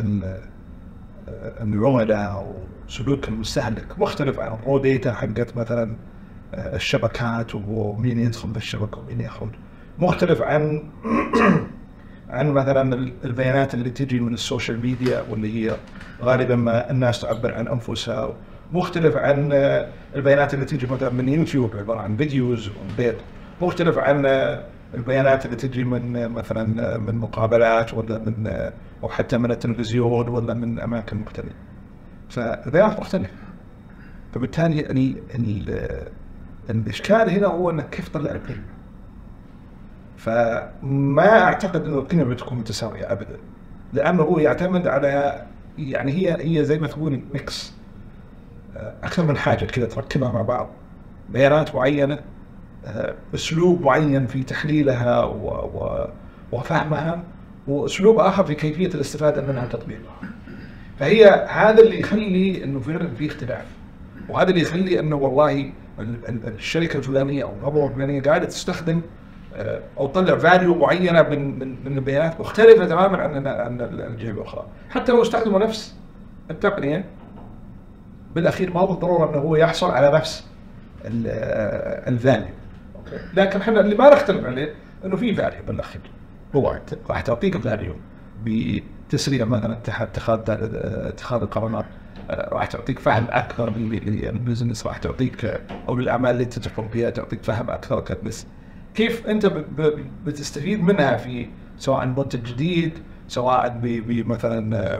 العملاء وسلوك المستهلك مختلف عن الرو داتا حقت مثلا الشبكات ومين يدخل بالشبكه ومين يخرج. مختلف عن عن مثلا البيانات اللي تجي من السوشيال ميديا واللي هي غالبا ما الناس تعبر عن انفسها. مختلف عن البيانات اللي تجي مثلا من يوتيوب عباره عن فيديوز وبيت. مختلف عن البيانات اللي تجي من مثلا من مقابلات ولا من او حتى من التلفزيون ولا من اماكن مختلفه. فالبيانات مختلفه. فبالتالي يعني الاشكال هنا هو انك كيف تطلع القيمه. فما اعتقد انه القيمه بتكون متساويه ابدا، لانه هو يعتمد على يعني هي هي زي ما تقول ميكس اكثر من حاجه كذا تركبها مع بعض. بيانات معينه، اسلوب معين في تحليلها وفهمها، واسلوب اخر في كيفيه الاستفاده منها وتطبيقها. فهي هذا اللي يخلي انه فعلا في اختلاف، وهذا اللي يخلي انه والله الشركه الفلانيه او النظره الفلانيه قاعده تستخدم او تطلع فاليو معينه من من من البيانات مختلفه تماما عن عن الجهه الاخرى. حتى لو استخدموا نفس التقنيه بالاخير ما بالضروره انه هو يحصل على نفس الفاليو. لكن احنا اللي ما نختلف عليه انه في فاليو بالاخير، هو راح تعطيك فاليو بتسريع مثلا اتخاذ اتخاذ القرارات، راح تعطيك فهم اكثر للبزنس، راح تعطيك او للاعمال اللي تدخل فيها تعطيك فهم اكثر كبس كيف انت بتستفيد منها في سواء منتج جديد، سواء بمثلا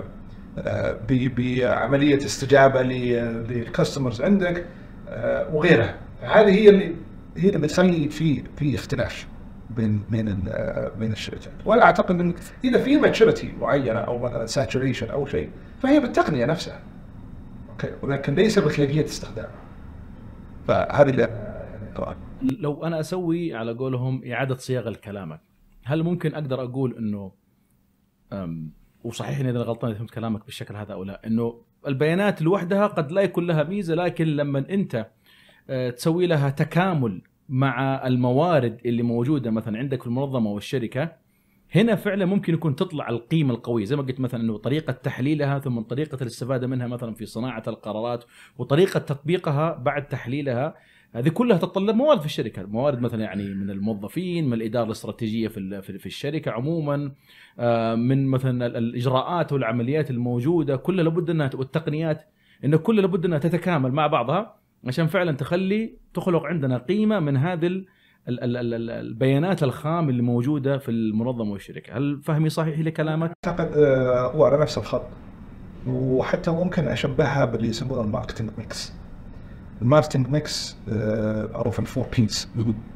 بعمليه استجابه للكاستمرز عندك وغيرها. هذه هي اللي هي اللي بتخلي في في اختلاف بين بين بين الشركات. وانا اعتقد ان اذا في ماتشوريتي معينه او مثلا ساتوريشن او شيء فهي بالتقنيه نفسها، اوكي، ولكن ليس بكيفيه استخدامها. فهذه اللي لو انا اسوي على قولهم اعاده صياغه لكلامك، هل ممكن اقدر اقول انه وصحيح اني اذا غلطان اذا فهمت كلامك بالشكل هذا او لا، انه البيانات لوحدها قد لا يكون لها ميزه، لكن لما انت تسوي لها تكامل مع الموارد اللي موجوده مثلا عندك في المنظمه والشركه، هنا فعلا ممكن يكون تطلع القيمه القويه. زي ما قلت مثلا انه طريقه تحليلها ثم طريقه الاستفاده منها مثلا في صناعه القرارات وطريقه تطبيقها بعد تحليلها، هذه كلها تتطلب موارد في الشركه، موارد مثلا يعني من الموظفين، من الاداره الاستراتيجيه في في الشركه عموما، من مثلا الاجراءات والعمليات الموجوده كلها لابد انها والتقنيات انه كلها لابد انها تتكامل مع بعضها عشان فعلا تخلي تخلق عندنا قيمه من هذه البيانات الخام اللي موجوده في المنظمه والشركه. هل فهمي صحيح لكلامك؟ اعتقد هو على نفس الخط، وحتى ممكن اشبهها باللي يسمونه الماركتنج ميكس. الماركتنج ميكس معروف الفور بيس،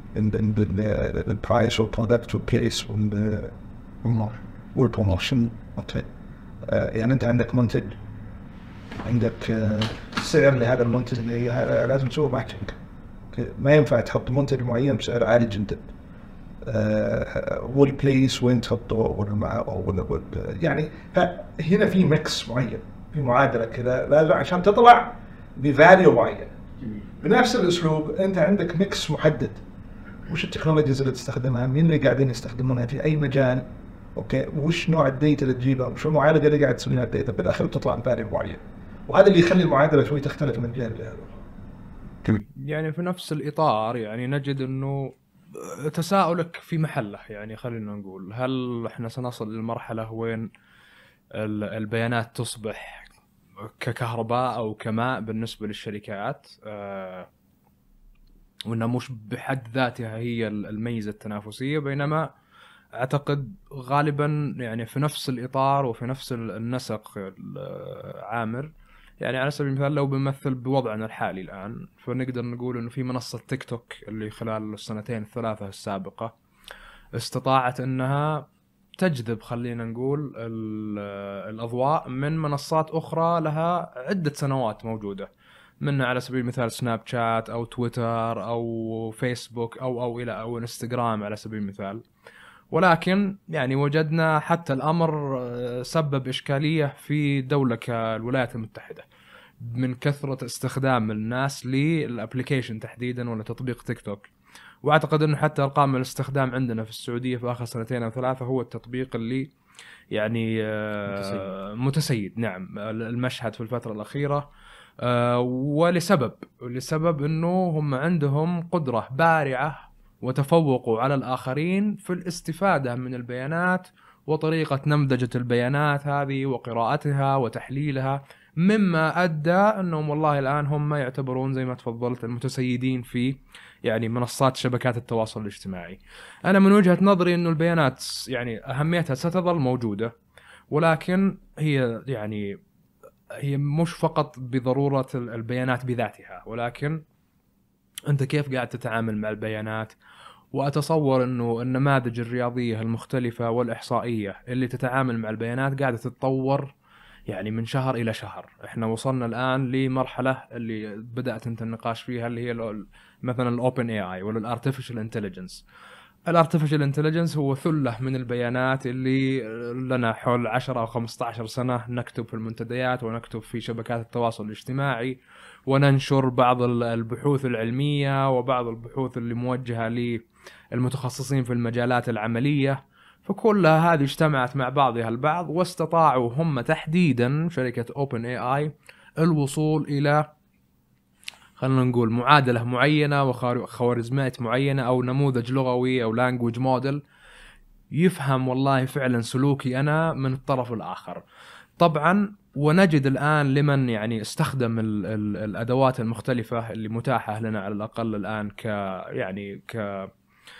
البرايس والبرودكت والبليس والبروموشن. اوكي، يعني انت عندك منتج، عندك سعر لهذا المنتج اللي لازم تسوي ماركتنج. ما ينفع تحط منتج معين بسعر عالي جدا آه والبليس وين تحطه ولا معه ولا ولا يعني. فهنا في ميكس معين، في معادله كذا لازم عشان تطلع بفاليو معين. بنفس الاسلوب انت عندك ميكس محدد، وش التكنولوجيز اللي تستخدمها، مين اللي قاعدين يستخدمونها في اي مجال، اوكي، وش نوع الديتا اللي تجيبها، وش المعالجه اللي قاعد تسويها الديتا، بالاخير تطلع بفاليو معين. وهذا اللي يخلي المعادله شوي تختلف من جهه لجهه. يعني في نفس الإطار يعني نجد أنه تساؤلك في محله. يعني خلينا نقول هل إحنا سنصل للمرحلة وين البيانات تصبح ككهرباء أو كماء بالنسبة للشركات، آه وإنها مش بحد ذاتها هي الميزة التنافسية، بينما أعتقد غالبا يعني في نفس الإطار وفي نفس النسق عامر. يعني على سبيل المثال لو بنمثل بوضعنا الحالي الآن، فنقدر نقول إنه في منصة تيك توك اللي خلال السنتين الثلاثة السابقة استطاعت إنها تجذب خلينا نقول الأضواء من منصات أخرى لها عدة سنوات موجودة، منها على سبيل المثال سناب شات أو تويتر أو فيسبوك أو أو إلى أو انستغرام على سبيل المثال. ولكن يعني وجدنا حتى الأمر سبب إشكالية في دولة كالولايات المتحدة من كثرة استخدام الناس للأبليكيشن تحديدا ولا تطبيق تيك توك. وأعتقد أنه حتى أرقام الاستخدام عندنا في السعودية في آخر سنتين أو ثلاثة هو التطبيق اللي يعني متسيد, متسيد. نعم المشهد في الفترة الأخيرة، ولسبب لسبب أنه هم عندهم قدرة بارعة وتفوقوا على الآخرين في الاستفادة من البيانات وطريقة نمذجة البيانات هذه وقراءتها وتحليلها، مما أدى أنهم والله الآن هم يعتبرون زي ما تفضلت المتسيدين في يعني منصات شبكات التواصل الاجتماعي. أنا من وجهة نظري أنه البيانات يعني أهميتها ستظل موجودة، ولكن هي يعني هي مش فقط بضرورة البيانات بذاتها، ولكن أنت كيف قاعد تتعامل مع البيانات. وأتصور أنه النماذج الرياضية المختلفة والإحصائية اللي تتعامل مع البيانات قاعدة تتطور يعني من شهر إلى شهر. إحنا وصلنا الآن لمرحلة اللي بدأت أنت النقاش فيها اللي هي مثلا الأوبن إيه آي ولا الارتفيشال انتليجنس. الارتفيشال انتليجنس هو ثلة من البيانات اللي لنا حول عشرة أو خمسة عشر سنة نكتب في المنتديات ونكتب في شبكات التواصل الاجتماعي وننشر بعض البحوث العلمية وبعض البحوث اللي موجهة للمتخصصين في المجالات العملية. فكلها هذه اجتمعت مع بعضها البعض واستطاعوا هم تحديدا شركة أوبن إيه آي الوصول إلى خلينا نقول معادلة معينة وخوارزميات معينة أو نموذج لغوي أو language model يفهم والله فعلا سلوكي أنا من الطرف الآخر. طبعا ونجد الآن لمن يعني استخدم ال ال الأدوات المختلفة اللي متاحة لنا على الأقل الآن ك يعني ك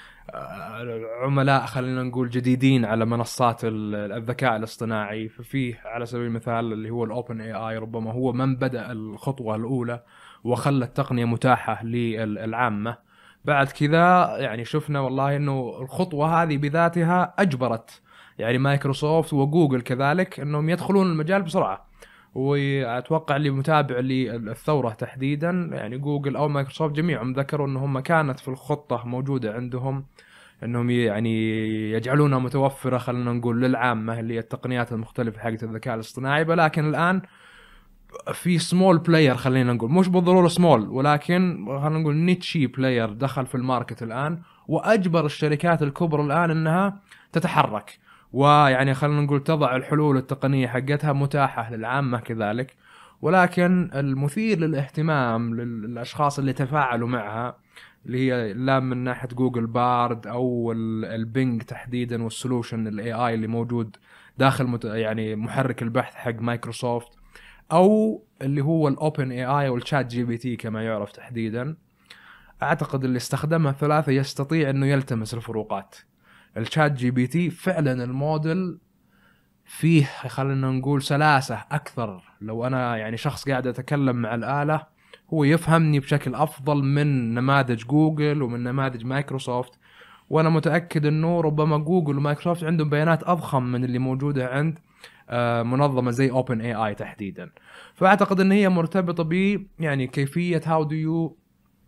عملاء خلينا نقول جديدين على منصات الذكاء الاصطناعي. ففيه على سبيل المثال اللي هو الأوبن إيه آي ربما هو من بدأ الخطوة الأولى وخلى التقنية متاحة للعامة. بعد كذا يعني شفنا والله إنه الخطوة هذه بذاتها أجبرت يعني مايكروسوفت وجوجل كذلك إنهم يدخلون المجال بسرعة. وأتوقع اللي متابع للثورة تحديدا يعني جوجل أو مايكروسوفت جميعهم ذكروا إنهم كانت في الخطة موجودة عندهم إنهم يعني يجعلونها متوفرة خلينا نقول للعامة اللي هي التقنيات المختلفة حقت الذكاء الاصطناعي. ولكن الآن في سمول بلاير خلينا نقول مش بالضرورة سمول ولكن خلينا نقول نيتشي بلاير دخل في الماركت الآن وأجبر الشركات الكبرى الآن إنها تتحرك ويعني خلينا نقول تضع الحلول التقنية حقتها متاحة للعامة كذلك. ولكن المثير للاهتمام للأشخاص اللي تفاعلوا معها اللي هي لا من ناحية جوجل بارد أو البينج تحديدا والسولوشن الاي اي اللي موجود داخل يعني محرك البحث حق مايكروسوفت أو اللي هو الأوبن إيه آي والشات جي بي تي كما يعرف تحديدا. أعتقد اللي استخدمها ثلاثة يستطيع أنه يلتمس الفروقات. الشات جي بي تي فعلا الموديل فيه خلينا نقول سلاسة أكثر. لو أنا يعني شخص قاعد أتكلم مع الآلة هو يفهمني بشكل أفضل من نماذج جوجل ومن نماذج مايكروسوفت. وأنا متأكد أنه ربما جوجل ومايكروسوفت عندهم بيانات أضخم من اللي موجودة عند منظمة زي Open إيه آي تحديدا. فأعتقد أن هي مرتبطة ب يعني كيفية how do you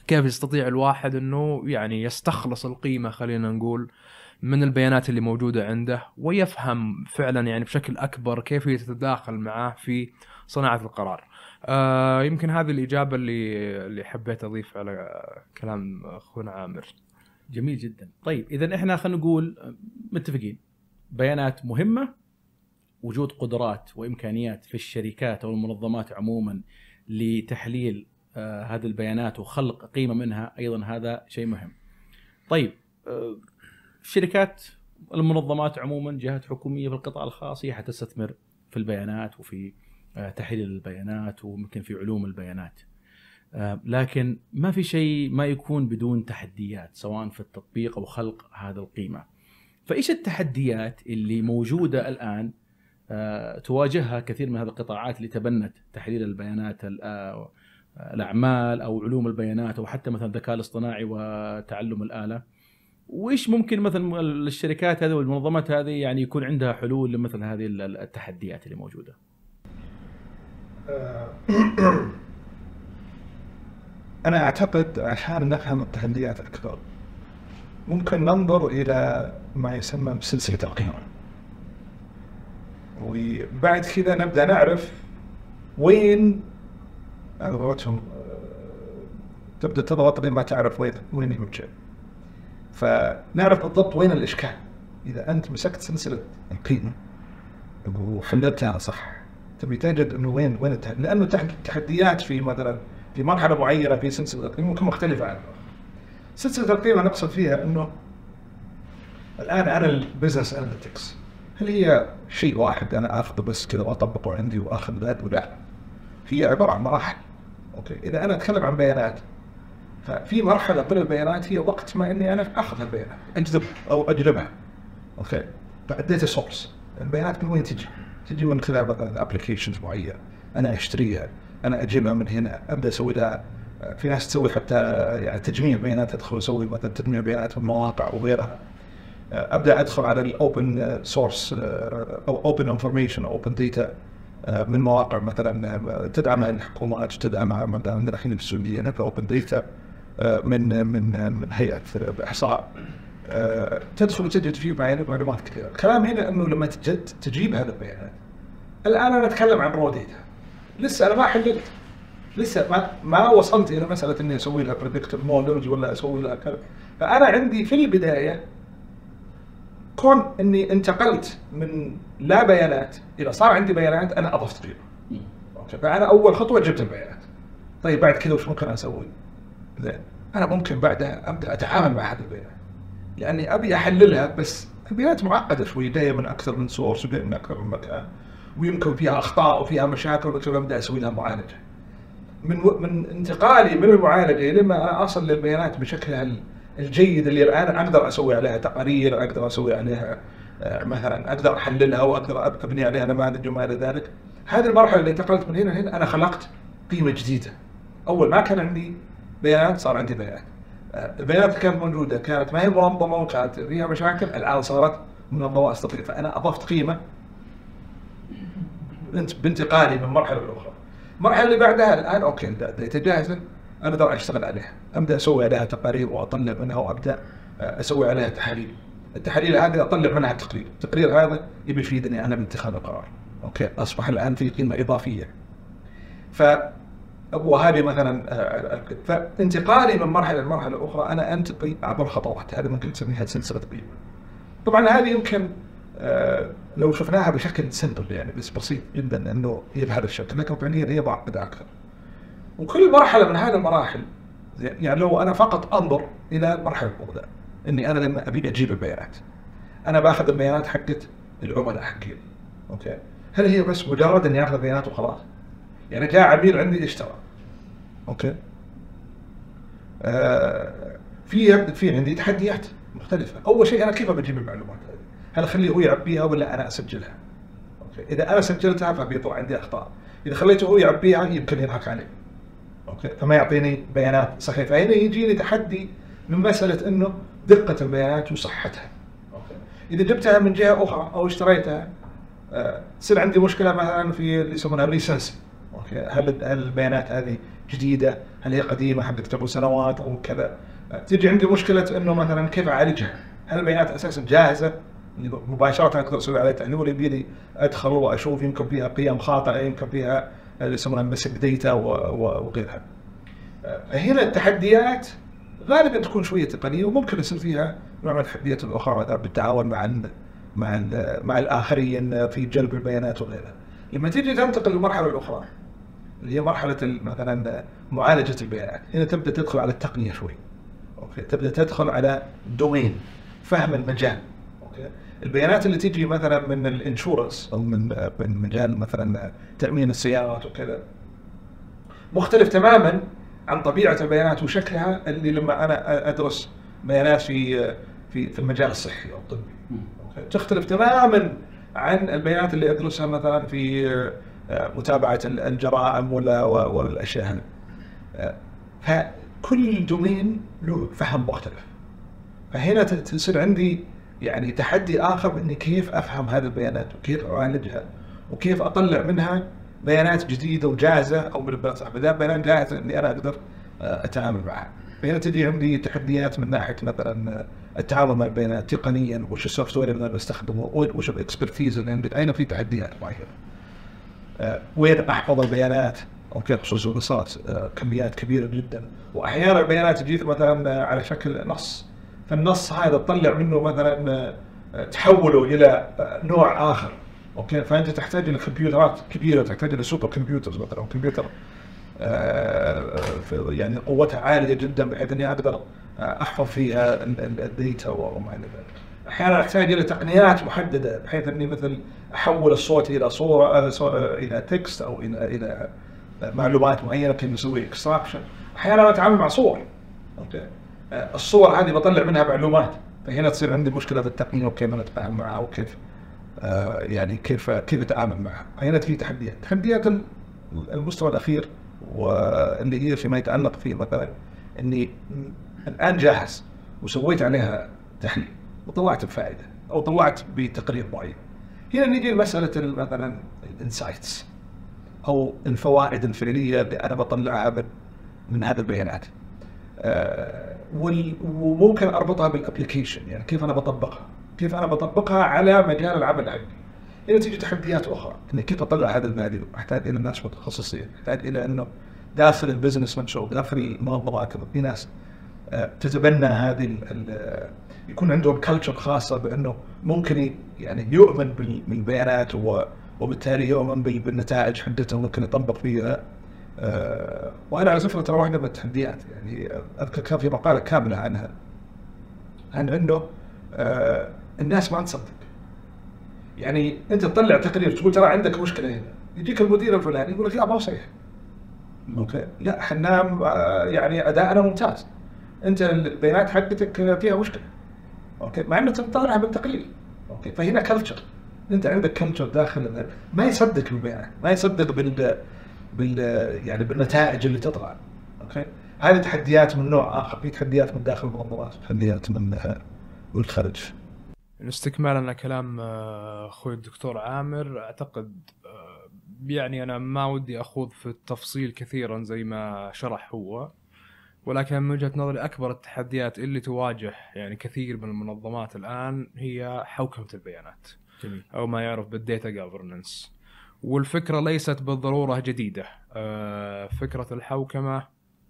كيف يستطيع الواحد انه يعني يستخلص القيمة خلينا نقول من البيانات اللي موجودة عنده، ويفهم فعلا يعني بشكل اكبر كيف يتداخل معاه في صناعة القرار. آه يمكن هذه الإجابة اللي اللي حبيت أضيف على كلام أخونا عامر. جميل جدا. طيب إذا إحنا خلينا نقول متفقين بيانات مهمة، وجود قدرات وإمكانيات في الشركات أو المنظمات عموما لتحليل آه هذه البيانات وخلق قيمة منها، أيضا هذا شيء مهم. طيب آه الشركات المنظمات عموما جهات حكومية في القطاع الخاص هي حتستثمر في البيانات وفي تحليل البيانات وممكن في علوم البيانات، لكن ما في شيء ما يكون بدون تحديات سواء في التطبيق أو خلق هذا القيمة. فإيش التحديات اللي موجودة الآن تواجهها كثير من هذه القطاعات اللي تبنت تحليل البيانات الأعمال أو علوم البيانات أو حتى مثلا الذكاء الاصطناعي وتعلم الآلة؟ وإيش ممكن مثلا الشركات هذه والمنظمات هذه يعني يكون عندها حلول لمثل هذه التحديات اللي موجودة؟ أنا أعتقد عشان نفهم التحديات أكثر ممكن ننظر إلى ما يسمى بسلسلة القيمة، وبعد كذا نبدأ نعرف وين أغلبهم تبدأ تضغط لين ما تعرف وين وين يمشي، فنعرف بالضبط وين الإشكال. إذا أنت مسكت سلسلة القيمة وحللتها صح تبي تجد إنه وين وين التح... لأنه تحديات في مثلا في مرحلة معينة في سلسلة القيمة ممكن مختلفة عنها. سلسلة القيمة نقصد فيها إنه الآن أنا البيزنس أناليتكس هل هي شيء واحد أنا أخذه بس كذا وأطبقه عندي وأخذ ذات ولا هي عبارة عن مراحل. أوكي إذا أنا أتكلم عن بيانات ففي مرحلة من البيانات هي وقت ما إني أنا أخذ البيانات أجذب أو أجلبها. أوكي فالداتا سورس البيانات من وين تجي؟ تجي من خلال مثلا ابلكيشنز معينه انا اشتريها، انا اجيبها من هنا، ابدا اسوي لها. في ناس تسوي حتى يعني تجميع بيانات، ادخل اسوي مثلا تجميع بيانات من مواقع وغيرها. ابدا ادخل على الاوبن سورس او اوبن انفورميشن او اوبن داتا من مواقع مثلا تدعم الحكومات، تدعم مثلا عندنا الحين في السعوديه هنا في اوبن داتا من من من هيئه احصاء. أه تدخل وتجد فيه معلومات كثيرة. الكلام هنا انه لما تجد تجيب هذا البيانات، الان انا اتكلم عن رو داتا، لسه انا ما حللت، لسه ما ما وصلت الى مساله اني اسوي لها بريدكتيف موديلز ولا اسوي لها كذا. فانا عندي في البدايه كون اني انتقلت من لا بيانات الى صار عندي بيانات، انا اضفت قيمه. فانا اول خطوه جبت البيانات. طيب بعد كذا وش ممكن اسوي؟ زين انا ممكن بعدها ابدا اتعامل مع هذه البيانات، لاني ابي احللها، بس البيانات معقده شوي، جايه من اكثر من سورس وجايه من اكثر من مكان، ويمكن فيها اخطاء وفيها مشاكل، وابدا اسوي لها معالجه. من و... من انتقالي من المعالجه لما انا اصل للبيانات بشكلها الجيد اللي انا اقدر اسوي عليها تقارير، اقدر اسوي عليها مثلا اقدر احللها واقدر ابني عليها نماذج وما الى ذلك. هذه المرحله اللي انتقلت من هنا لهنا انا خلقت قيمه جديده. اول ما كان عندي بيانات صار عندي بيانات. البيانات كانت موجوده، كانت ما هي منظمه وكانت فيها مشاكل، الان صارت منظمه استطيع، فانا اضفت قيمه بانتقالي من مرحله لاخرى. المرحله اللي بعدها الان اوكي الداتا جاهزه، انا اقدر اشتغل عليها، ابدا اسوي عليها تقارير واطلع منها وابدا اسوي عليها تحاليل. التحاليل هذه اطلع منها تقرير، التقرير هذا يبي يفيدني انا باتخاذ القرار. اوكي اصبح الان في قيمه اضافيه. ف وهذه مثلا فانتقالي من مرحله لمرحله اخرى انا انتقل عبر خطوات، هذا ممكن نسميها سلسله قيمه. طبعا هذه يمكن لو شفناها بشكل سمبل يعني بس بسيط جدا انه هي بهذا الشكل، لكن فعليا هي معقده اكثر. وكل مرحله من هذه المراحل يعني لو انا فقط انظر الى المرحله الاولى اني انا لما ابي اجيب البيانات، انا باخذ البيانات حقت العملاء حقين. اوكي هل هي بس مجرد اني اخذ بيانات وخلاص؟ يعني جاء عميل عندي اشترى. اوكي آه في في عندي تحديات مختلفه. اول شيء انا كيف بجيب المعلومات هذه؟ هل اخليه هو يعبيها ولا انا اسجلها؟ اوكي اذا انا سجلتها فبيطلع عندي اخطاء، اذا خليته هو يعبيها يمكن يضحك علي. اوكي فما يعطيني بيانات صحيحه. فهنا يجيني تحدي من مساله انه دقه البيانات وصحتها. اوكي اذا جبتها من جهه اخرى او اشتريتها آه تصير عندي مشكله مثلا في اللي يسمونها الريسنس. اوكي هل البيانات هذه جديده؟ هل هي قديمه حقت قبل سنوات او كذا؟ تجي عندي مشكله انه مثلا كيف اعالجها؟ هل البيانات اساسا جاهزه مباشره اقدر اسوي عليها تحليل، ولا يبي لي ادخل واشوف يمكن فيها قيم خاطئه، يمكن فيها اللي يسمونها مسك ديتا وغيرها. هنا التحديات غالبا تكون شويه تقنيه، وممكن يصير فيها نوع من التحديات الاخرى بالتعاون مع ال مع ال مع الاخرين في جلب البيانات وغيرها. لما تيجي تنتقل للمرحله الاخرى اللي هي مرحله مثلا معالجه البيانات، هنا تبدا تدخل على التقنيه شوي. اوكي تبدا تدخل على دومين، فهم المجال. اوكي البيانات اللي تيجي مثلا من الانشورنس او من من مجال مثلا تامين السيارات وكذا مختلف تماما عن طبيعه البيانات وشكلها اللي لما انا ادرس بيانات في في في المجال الصحي او الطبي. اوكي تختلف تماما عن البيانات اللي ادرسها مثلا في متابعه الجرائم ولا والاشياء هذه. فكل دومين له فهم مختلف. فهنا تصير عندي يعني تحدي اخر باني كيف افهم هذه البيانات وكيف اعالجها وكيف اطلع منها بيانات جديده وجاهزه، او بالبصح بدل بيانات جاهزه اني انا اقدر اتعامل معها. فهنا تجي عندي تحديات من ناحيه مثلا التعامل مع البيانات تقنيا، وش السوفت وير اللي انا بستخدمه، وش الاكسبرتيز اللي عندي. اين في تحديات معينه، وين احفظ البيانات، اوكي خصوصات كميات كبيره جدا، واحيانا البيانات تجي مثلا على شكل نص، فالنص هذا تطلع منه مثلا تحوله الى نوع اخر. اوكي فانت تحتاج الى كمبيوترات كبيره، تحتاج الى سوبر كمبيوترز مثلا، او كمبيوتر يعني قوتها عاليه جدا بحيث اني اقدر احفظ فيها الديتا وما الى ذلك. احيانا احتاج الى تقنيات محدده بحيث اني مثل احول الصوت الى صوره الى تكست او الى الى معلومات معينه كيف نسوي اكستراكشن. احيانا اتعامل مع صور، اوكي الصور هذه بطلع منها معلومات، فهنا تصير عندي مشكله في التقنيه وكيف انا اتفاعل معها وكيف آه يعني كيف كيف اتعامل معها. هنا في تحديات تحديات المستوى الاخير، واللي هي فيما يتعلق فيه مثلا اني الان جاهز وسويت عليها تحليل وطلعت بفائده او طلعت بتقرير معين. هنا نيجي لمساله مثلا الانسايتس او الفوائد الفعليه اللي انا بطلعها من, من هذه البيانات. آه وممكن اربطها بالابلكيشن، يعني كيف انا بطبقها كيف انا بطبقها على مجال العمل عندي. هنا تيجي تحديات اخرى، اني كيف اطلع هذا الفاليو. احتاج الى ناس متخصصين، احتاج الى انه داخل البزنس منشور، داخل المنظمات في ناس آه تتبنى هذه يكون عندهم كلتشر خاصه بانه ممكن يعني يؤمن بالبيانات وبالتالي يؤمن بالنتائج حدتها ممكن يطبق فيها. أه وانا على فكره ترى واحده من التحديات، يعني اذكر كان في مقاله كامله عنها، عن انه أه الناس ما تصدق. يعني انت تطلع تقرير تقول ترى عندك مشكله هنا، يجيك المدير الفلاني يقول لك لا ما هو صحيح. اوكي لا احنا آه يعني ادائنا ممتاز، انت البيانات حقتك فيها مشكله. اوكي مع انه تطلعها بالتقليل. اوكي فهنا كلتشر، انت عندك كلتشر داخل ما يصدق بالبيانات، ما يصدق بال بال يعني بالنتائج اللي تطلع. اوكي هذه تحديات من نوع اخر، في تحديات من داخل المنظمات، تحديات من الخارج. استكمالا كلام اخوي الدكتور عامر، اعتقد يعني انا ما ودي اخوض في التفصيل كثيرا زي ما شرح هو، ولكن من وجهة نظري اكبر التحديات اللي تواجه يعني كثير من المنظمات الان هي حوكمة البيانات. جميل. او ما يعرف بالديتا جوفرننس. والفكرة ليست بالضرورة جديدة. فكرة الحوكمة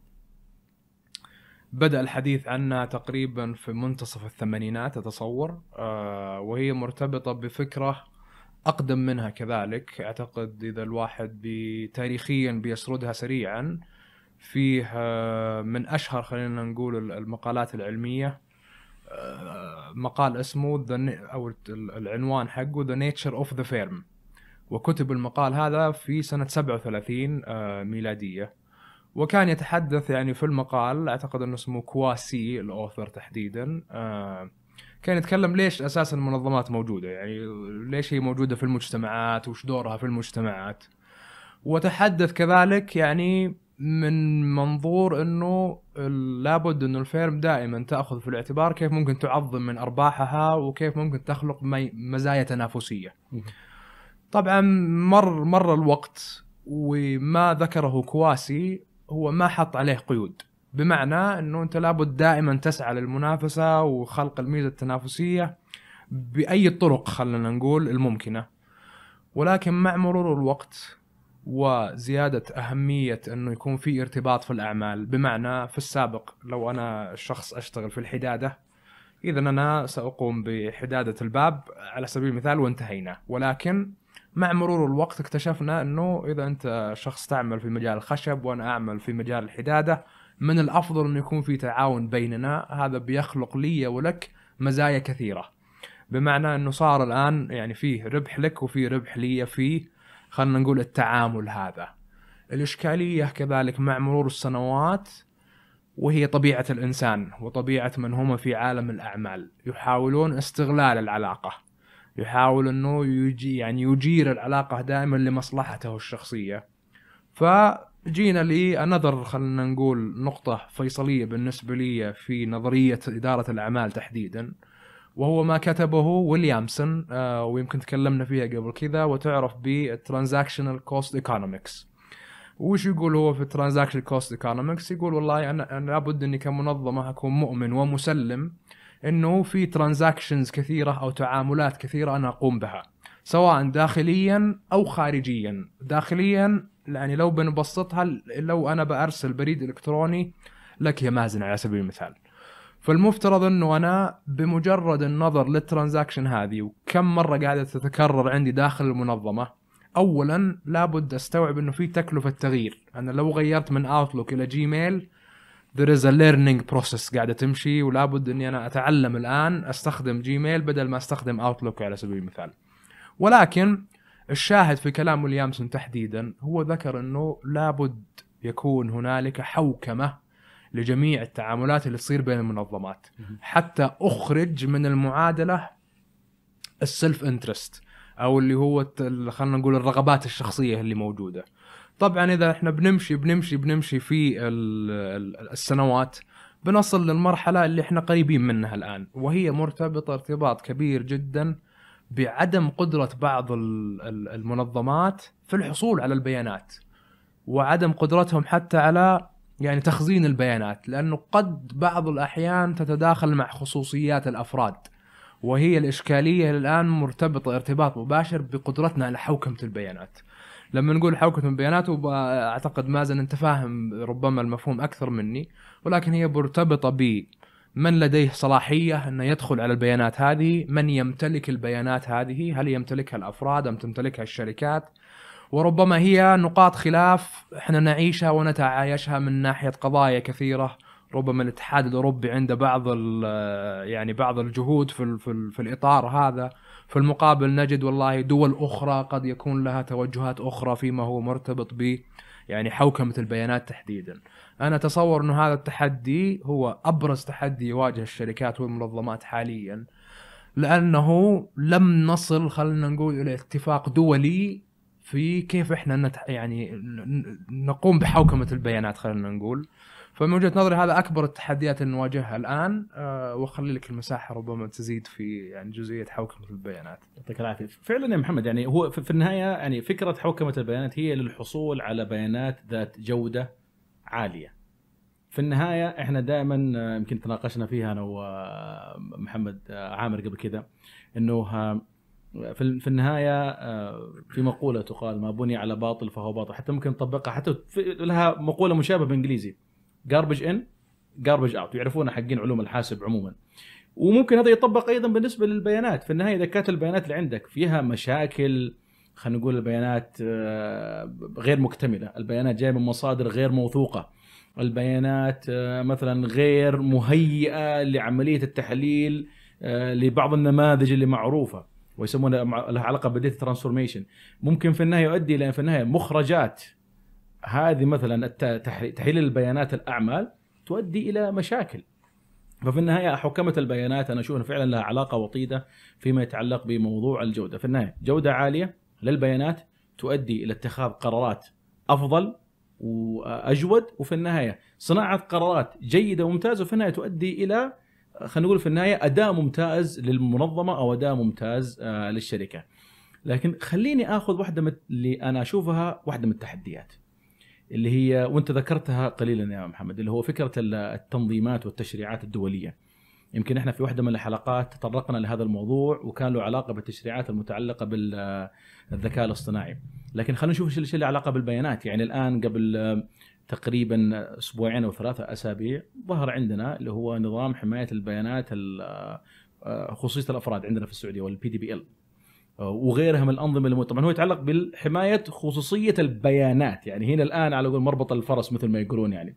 بدأ الحديث عنها تقريبا في منتصف الثمانينات أتصور، وهي مرتبطة بفكرة أقدم منها كذلك. أعتقد إذا الواحد تاريخيا بيسردها سريعا، فيه من أشهر خلينا نقول المقالات العلمية مقال اسمه أو العنوان حقه The Nature of the Firm، وكتب المقال هذا في سنة سبعة وثلاثين ميلادية. وكان يتحدث يعني في المقال، أعتقد أنه اسمه كواسي الأوثر تحديدا، كان يتكلم ليش أساسا المنظمات موجودة، يعني ليش هي موجودة في المجتمعات وش دورها في المجتمعات. وتحدث كذلك يعني من منظور أنه لابد أنه الفيرم دائما تأخذ في الاعتبار كيف ممكن تعظم من أرباحها وكيف ممكن تخلق مزايا تنافسية. طبعا مر مر الوقت وما ذكره كواسي هو ما حط عليه قيود، بمعنى أنه أنت لابد دائما تسعى للمنافسة وخلق الميزة التنافسية بأي الطرق خلنا نقول الممكنة. ولكن مع مرور الوقت وزيادة أهمية أنه يكون في ارتباط في الأعمال، بمعنى في السابق لو أنا شخص أشتغل في الحدادة، إذا أنا سأقوم بحدادة الباب على سبيل المثال وانتهينا. ولكن مع مرور الوقت اكتشفنا أنه إذا أنت شخص تعمل في مجال الخشب وأنا أعمل في مجال الحدادة، من الأفضل أن يكون في تعاون بيننا. هذا بيخلق لي ولك مزايا كثيرة، بمعنى أنه صار الآن يعني فيه ربح لك وفيه ربح لي في خلنا نقول التعامل هذا. الإشكالية كذلك مع مرور السنوات، وهي طبيعة الإنسان وطبيعة من هم في عالم الأعمال، يحاولون استغلال العلاقة، يحاول أنه يجي يعني يجير العلاقة دائما لمصلحته الشخصية. فجينا لي أنظر خلنا نقول نقطة فيصلية بالنسبة لي في نظرية إدارة الأعمال تحديدا، وهو ما كتبه ويليامسون، آه ويمكن تكلمنا فيها قبل كذا، وتعرف بالترانزاكشنال كوست ايكونومكس. وش يقول هو في الترانزاكشنال كوست ايكونومكس؟ يقول والله أنا, أنا لابد أني كمنظمة أكون مؤمن ومسلم أنه في ترانزاكشنز كثيرة أو تعاملات كثيرة أنا أقوم بها، سواء داخليا أو خارجيا. داخليا يعني لو بنبسطها، لو أنا بأرسل بريد إلكتروني لك يا مازن على سبيل المثال، فالمفترض أنه أنا بمجرد النظر للترانزاكشن هذه وكم مرة قاعدة تتكرر عندي داخل المنظمة، أولا لابد أستوعب أنه في تكلفة تغيير. أنا لو غيرت من أوتلوك إلى جيميل there is a learning process قاعدة تمشي، ولابد أني أنا أتعلم الآن أستخدم جيميل بدل ما أستخدم أوتلوك على سبيل المثال. ولكن الشاهد في كلام ويليامسون تحديدا هو ذكر أنه لابد يكون هنالك حوكمة لجميع التعاملات اللي تصير بين المنظمات، حتى أخرج من المعادلة السلف انترست أو اللي هو خلنا نقول الرغبات الشخصية اللي موجودة. طبعا إذا إحنا بنمشي بنمشي بنمشي في السنوات بنصل للمرحلة اللي إحنا قريبين منها الآن، وهي مرتبطة ارتباط كبير جدا بعدم قدرة بعض المنظمات في الحصول على البيانات، وعدم قدرتهم حتى على يعني تخزين البيانات، لأنه قد بعض الأحيان تتداخل مع خصوصيات الأفراد، وهي الإشكالية الآن مرتبطة ارتباط مباشر بقدرتنا على حوكمة البيانات. لما نقول حوكمة البيانات، وأعتقد مازن أنت فاهم ربما المفهوم أكثر مني، ولكن هي مرتبطة بمن لديه صلاحية أن يدخل على البيانات هذه، من يمتلك البيانات هذه، هل يمتلكها الأفراد أم تمتلكها الشركات. وربما هي نقاط خلاف احنا نعيشها ونتعايشها من ناحية قضايا كثيرة. ربما الاتحاد الأوروبي عنده بعض يعني بعض الجهود في في, في الإطار هذا، في المقابل نجد والله دول أخرى قد يكون لها توجهات أخرى فيما هو مرتبط ب يعني حوكمة البيانات تحديدا. أنا أتصور أن هذا التحدي هو أبرز تحدي يواجه الشركات والمنظمات حاليا، لأنه لم نصل خلنا نقول إلى اتفاق دولي في كيف إحنا نت... يعني نقوم بحوكمة البيانات خلينا نقول. فمن وجهة نظري هذا أكبر التحديات اللي نواجهها الآن، أه وخلي لك المساحة ربما تزيد في يعني جزئية حوكمة البيانات. يعطيك العافية. فعلا يا محمد، يعني هو في النهاية يعني فكرة حوكمة البيانات هي للحصول على بيانات ذات جودة عالية. في النهاية إحنا دائما يمكن تناقشنا فيها أنا ومحمد عامر قبل كده، إنه في النهاية في مقولة تقال ما بني على باطل فهو باطل، حتى ممكن نطبقها، حتى لها مقولة مشابهة بالإنجليزي garbage in garbage out، يعرفون حقين علوم الحاسب عموما. وممكن هذا يطبق أيضا بالنسبة للبيانات. في النهاية إذا كانت البيانات اللي عندك فيها مشاكل، خلينا نقول البيانات غير مكتملة، البيانات جاية من مصادر غير موثوقة، البيانات مثلا غير مهيئة لعملية التحليل لبعض النماذج اللي معروفة ويسمونها لها علاقة بديتا ترانسفورميشن، ممكن في النهاية يؤدي إلى في النهاية مخرجات هذه مثلا تحليل البيانات الأعمال تؤدي إلى مشاكل. ففي النهاية حوكمة البيانات أنا أشوف فعلا لها علاقة وطيدة فيما يتعلق بموضوع الجودة. في النهاية جودة عالية للبيانات تؤدي إلى اتخاذ قرارات أفضل وأجود، وفي النهاية صناعة قرارات جيدة وممتازة، وفي النهاية تؤدي إلى خلينا نقول في النهاية أداء ممتاز للمنظمة أو أداء ممتاز للشركة. لكن خليني اخذ واحده من اللي انا اشوفها واحده من التحديات اللي هي وانت ذكرتها قليلا يا محمد، اللي هو فكره التنظيمات والتشريعات الدوليه. يمكن احنا في واحده من الحلقات تطرقنا لهذا الموضوع وكان له علاقه بالتشريعات المتعلقه بالذكاء الاصطناعي، لكن خلينا نشوف ايش اللي علاقه بالبيانات. يعني الان قبل تقريبا اسبوعين او ثلاثه اسابيع ظهر عندنا اللي هو نظام حمايه البيانات خصوصيه الافراد عندنا في السعوديه والبي دي بي ال وغيرها من الانظمه اللي طبعا هو يتعلق بالحمايه خصوصيه البيانات. يعني هنا الان على قول مربط الفرس مثل ما يقولون. يعني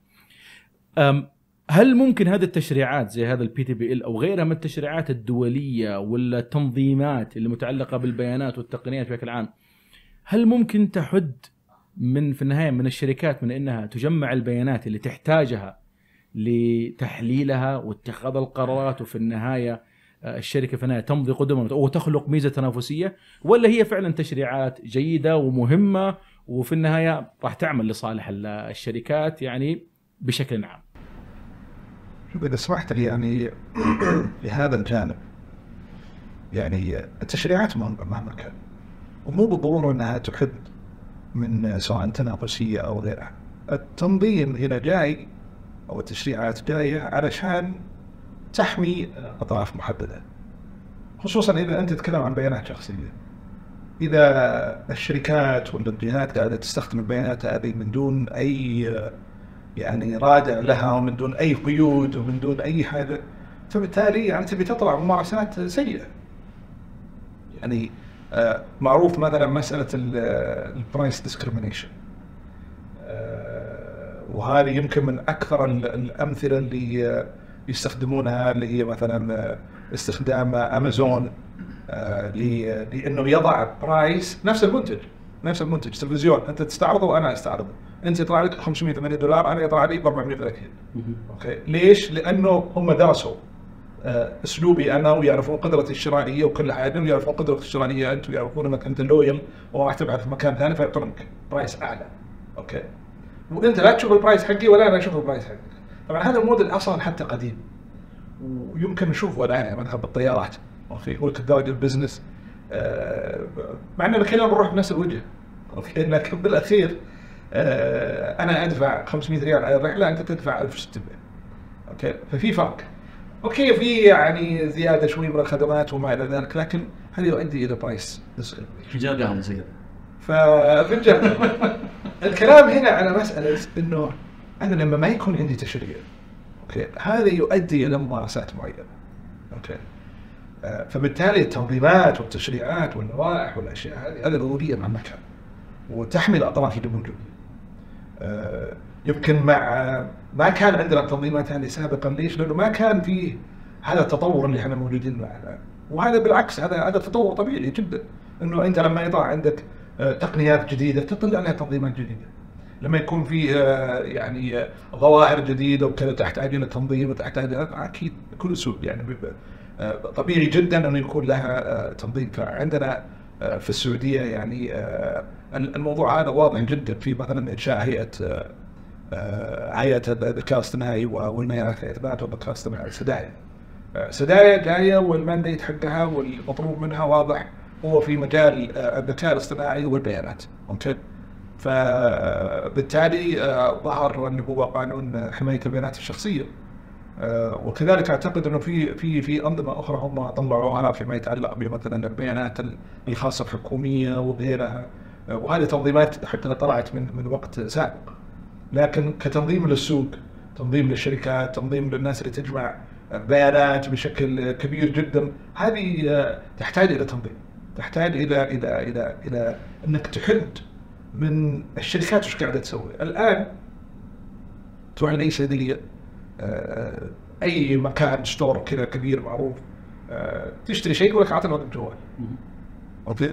هل ممكن هذه التشريعات زي هذا البي تي بي ال او غيرها من التشريعات الدوليه ولا التنظيمات اللي متعلقه بالبيانات والتقنيات بشكل عام، هل ممكن تحد من في النهايه من الشركات من انها تجمع البيانات اللي تحتاجها لتحليلها واتخاذ القرارات، وفي النهايه الشركه في النهايه تمضي قدما وتخلق ميزه تنافسيه، ولا هي فعلا تشريعات جيده ومهمه وفي النهايه راح تعمل لصالح الشركات يعني بشكل عام؟ شوف إذا سمحت لي يعني في هذا الجانب، يعني التشريعات مهما كان ومو بالضرورة أنها تحد من سواء تنافسية أو غيرها. التنظيم هنا جاي أو التشريعات جاية علشان تحمي أطراف محددة، خصوصا إذا أنت تتكلم عن بيانات شخصية. إذا الشركات والجهات قاعدة تستخدم البيانات هذه من دون أي يعني رادع لها ومن دون أي قيود ومن دون أي حاجة، فبالتالي يعني تبي تطلع ممارسات سيئة. يعني آه معروف مثلا مسألة البرايس ديسكريمينيشن، آه وهذه يمكن من أكثر الأمثلة اللي يستخدمونها، اللي هي مثلا استخدام أمازون آه لأنه يضع برايس نفس المنتج نفس المنتج تلفزيون أنت تستعرضه وأنا أستعرضه، أنت يطلع لك خمسمائة وثمانين دولار أنا يطلع لي أربعمائة وثلاثين. أوكي ليش؟ لأنه هم درسوا أسلوبي أنا ويعرفون قدرتي الشرائية وكل حاجة، ويعرفون قدرتي الشرائية أنت ويعرفون أنك أنت لويل وراح تبحث في مكان ثاني فيعطونك برايس أعلى. أوكي وأنت لا تشوف البرايس حقي ولا أنا أشوف البرايس حقك. طبعا هذا الموديل أصلا حتى قديم ويمكن نشوفه الآن مثلا بالطيارات. أوكي يقول لك الدرجة البزنس آه مع أننا كلنا بنروح بنفس الوجه. أوكي لكن بالأخير آه أنا أدفع خمسمائة ريال على الرحلة أنت تدفع ألف وستمائة. أوكي ففي فرق. اوكي في يعني زياده شوي من الخدمات وما الى ذلك، لكن هل يؤدي الى برايس رجال قهوه زي فرجال الكلام هنا على مساله انه انا لما ما يكون عندي تشريع اوكي هذا يؤدي الى ممارسات معينه. اوكي آه فبالتالي التنظيمات والتشريعات واللوائح والاشياء هذه هذه ضروريه مع المكان وتحمي الاطراف اللي موجوده. آه يمكن مع ما كان عندنا التنظيمات هذه سابقا، ليش؟ لانه ما كان فيه هذا التطور اللي احنا موجودين معه الان، وهذا بالعكس هذا هذا تطور طبيعي جدا، انه انت لما يطلع عندك تقنيات جديده تطلع عليها تنظيمات جديده، لما يكون في يعني ظواهر جديده وكذا تحتاج الى تنظيم وتحتاج اكيد كل سوق يعني طبيعي جدا انه يكون لها تنظيم. فعندنا في السعوديه يعني الموضوع هذا واضح جدا في مثلا انشاء هيئه هيئة الذكاء الاصطناعي والميارات الإثبات والذكاء الاصطناعي سدايا. سدايا جاية والمانديت حقها والمطلوب منها واضح هو في مجال الذكاء الاصطناعي والبيانات. أوكي فبالتالي ظهر اللي هو قانون حماية البيانات الشخصية، وكذلك أعتقد أنه في في في أنظمة أخرى هم طلعوها فيما يتعلق بمثلا البيانات الخاصة الحكومية وغيرها، وهذه تنظيمات حتى طلعت من من وقت سابق. لكن كتنظيم للسوق، تنظيم للشركات، تنظيم للناس اللي تجمع بيانات بشكل كبير جدا، هذه تحتاج الى تنظيم، تحتاج الى الى الى الى انك تحد من الشركات وش قاعده تسوي. الان تروح لاي صيدليه اي مكان ستور كذا كبير معروف تشتري شيء يقول لك اعطني رقم جوال. اوكي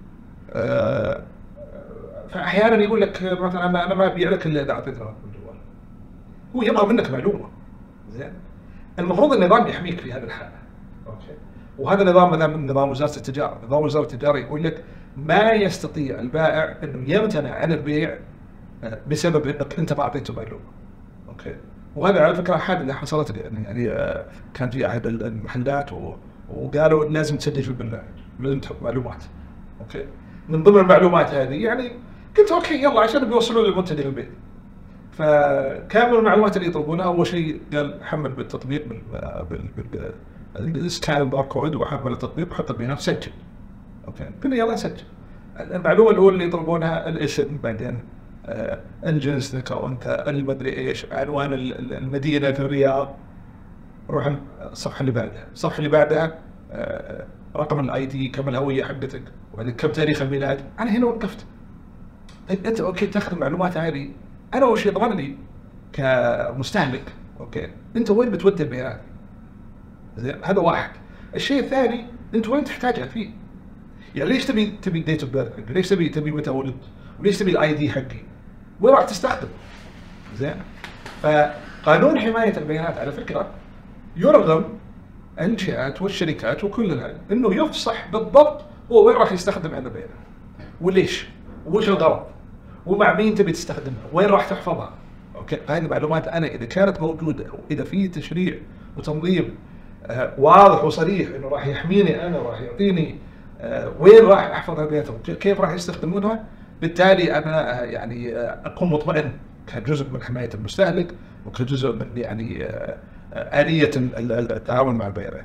فاحيانا يقول لك مثلا انا ما ابيع لك الا اذا اعطيتني رقم الجوال. هو يبغى منك معلومه زين، المفروض النظام يحميك في هذه الحاله. اوكي وهذا نظام مثلا نظام وزاره التجاره، نظام وزاره التجاره يقول لك ما يستطيع البائع انه يمتنع عن البيع بسبب انك انت ما اعطيته معلومه. اوكي وهذا على فكره حادثه حصلت لي يعني, يعني كان في احد المحلات وقالوا لازم تسجل في البرنامج، لازم تحط معلومات. اوكي من ضمن المعلومات هذه يعني قلت اوكي يلا عشان بيوصلوا لي المنتج للبيت. فكان من المعلومات اللي يطلبونها اول شيء قال حمل بالتطبيق بال بال السكان باركود وحمل التطبيق وحط البيانات سجل. اوكي قلنا يلا نسجل. المعلومه الاولى اللي يطلبونها الاسم، بعدين آه الجنس او انت المدري ايش، عنوان المدينه في الرياض. روح الصفحه اللي بعدها، الصفحه اللي بعدها آه رقم الاي دي، كم الهويه حقتك، وبعدين كم تاريخ الميلاد. انا هنا وقفت. طيب انت اوكي تاخذ المعلومات هذه، انا اول شيء ضمن لي كمستهلك اوكي انت وين بتودي البيانات؟ زين هذا واحد. الشيء الثاني انت وين تحتاجها فيه؟ يعني ليش تبي تبي ديت اوف بيرث؟ ليش تبي تبي متى ولدت؟ وليش تبي الاي دي حقي؟ وين راح تستخدم؟ زين؟ فقانون حمايه البيانات على فكره يرغم الجهات والشركات وكلها انه يفصح بالضبط هو وين راح يستخدم هذا البيانات؟ وليش؟ وش الغرض؟ ومع مين تبي تستخدمها؟ وين راح تحفظها؟ اوكي هذه معلومات انا اذا كانت موجوده واذا في تشريع وتنظيم آه واضح وصريح انه راح يحميني انا وراح يعطيني آه وين راح احفظ بياناتهم، كيف راح يستخدمونها، بالتالي انا آه يعني آه اكون مطمئن كجزء من حمايه المستهلك وكجزء من يعني آه آلية التعامل مع البيانات.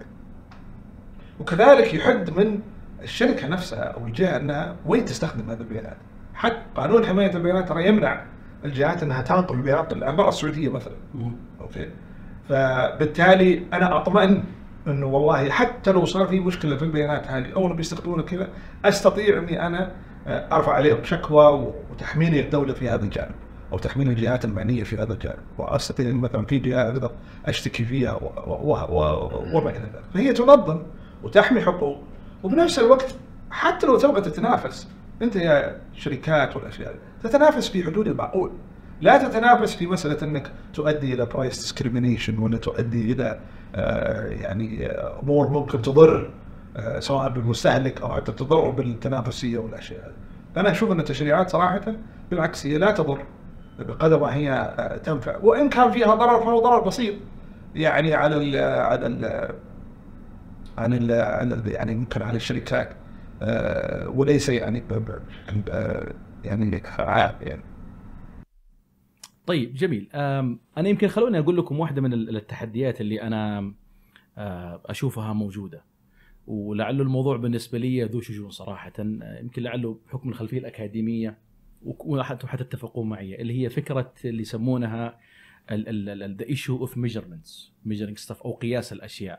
وكذلك يحد من الشركه نفسها او الجهه انها وين تستخدم هذه البيانات. حتى قانون حمايه البيانات ترى يمنع الجهات انها تنقل بيانات الاعمار السعوديه مثلا. اوكي فبالتالي انا اطمئن انه والله حتى لو صار في مشكله في البيانات هذه او بيستخدمونها كذا استطيع اني انا ارفع عليهم شكوى وتحميني الدوله في هذا الجانب او تحميل الجهات المعنيه في هذا الجانب، واستطيع مثلا في جهه اقدر اشتكي فيها وما الى ذلك. فهي تنظم وتحمي حقوق وبنفس الوقت حتى لو تبغى تتنافس انت يا شركات والاشياء تتنافس في حدود المعقول، لا تتنافس في مساله انك تؤدي الى برايس ديسكريميشن ولا تؤدي الى آه يعني امور ممكن تضر آه سواء بالمستهلك او حتى تضر بالتنافسيه والاشياء هذه. انا اشوف ان التشريعات صراحه بالعكس هي لا تضر بقدر ما هي آه تنفع، وان كان فيها ضرر فهو ضرر بسيط يعني على ال على ال عن ال يعني ممكن على الشركات آه وليس يعني يعني عاب يعني. طيب جميل. انا يمكن خلوني اقول لكم واحده من التحديات اللي انا اشوفها موجوده، ولعله الموضوع بالنسبه لي ذو شجون صراحه، يمكن لعله بحكم الخلفيه الاكاديميه وحتى حتتفقوا معي، اللي هي فكره اللي يسمونها the issue of measurements measuring stuff او قياس الاشياء.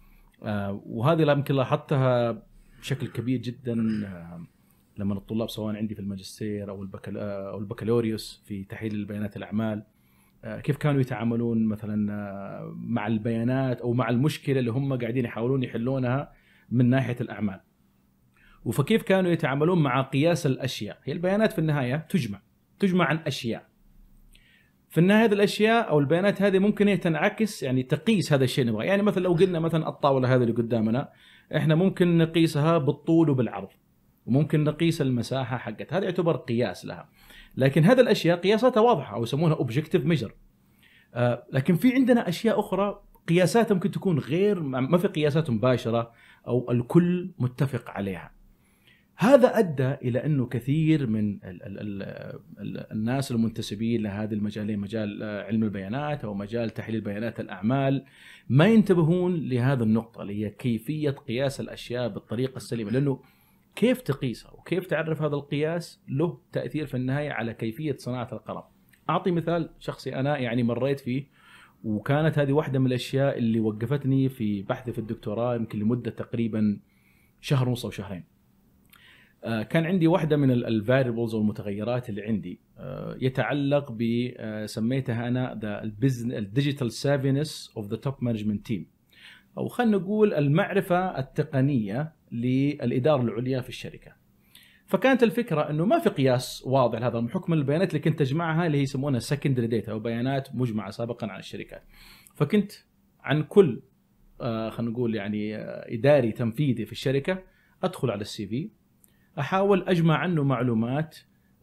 وهذه يمكن لاحظتها بشكل كبير جدا لما الطلاب سواء عندي في الماجستير او او البكالوريوس في تحليل البيانات الاعمال كيف كانوا يتعاملون مثلا مع البيانات او مع المشكله اللي هم قاعدين يحاولون يحلونها من ناحيه الاعمال، وفكيف كانوا يتعاملون مع قياس الاشياء. هي البيانات في النهايه تجمع تجمع عن اشياء، في النهايه هذه الاشياء او البيانات هذه ممكن هي تنعكس يعني تقيس هذا الشيء نبغى. يعني مثلا لو قلنا مثلا الطاوله هذه اللي قدامنا احنا ممكن نقيسها بالطول وبالعرض، وممكن نقيس المساحه حقتها، هذا يعتبر قياس لها. لكن هذه الاشياء قياساتها واضحه او يسمونها اوبجكتيف ميجر. آه لكن في عندنا اشياء اخرى قياساتها ممكن تكون غير، ما في قياسات مباشره او الكل متفق عليها. هذا ادى الى انه كثير من ال ال ال ال الناس المنتسبين لهذه المجالين، مجال علم البيانات او مجال تحليل بيانات الاعمال، ما ينتبهون لهذا النقطه اللي هي كيفيه قياس الاشياء بالطريقه السليمه، لانه كيف تقيسها وكيف تعرف هذا القياس له تاثير في النهايه على كيفيه صناعه القرار. اعطي مثال شخصي انا يعني مريت فيه، وكانت هذه واحده من الاشياء اللي وقفتني في بحثي في الدكتوراه يمكن لمده تقريبا شهر ونص او شهرين. كان عندي واحدة من الفاريبلز أو المتغيرات اللي عندي يتعلق بسميتها أنا الديجيتال سافينس أوف ذا توب مانجمنت تيم، أو خلينا نقول المعرفة التقنية للإدارة العليا في الشركة. فكانت الفكرة أنه ما في قياس واضح لهذا بحكم البيانات اللي كنت أجمعها اللي هي يسمونها secondary data أو بيانات مجمعة سابقا عن الشركات. فكنت عن كل خلينا نقول يعني إداري تنفيذي في الشركة أدخل على السي في أحاول أجمع عنه معلومات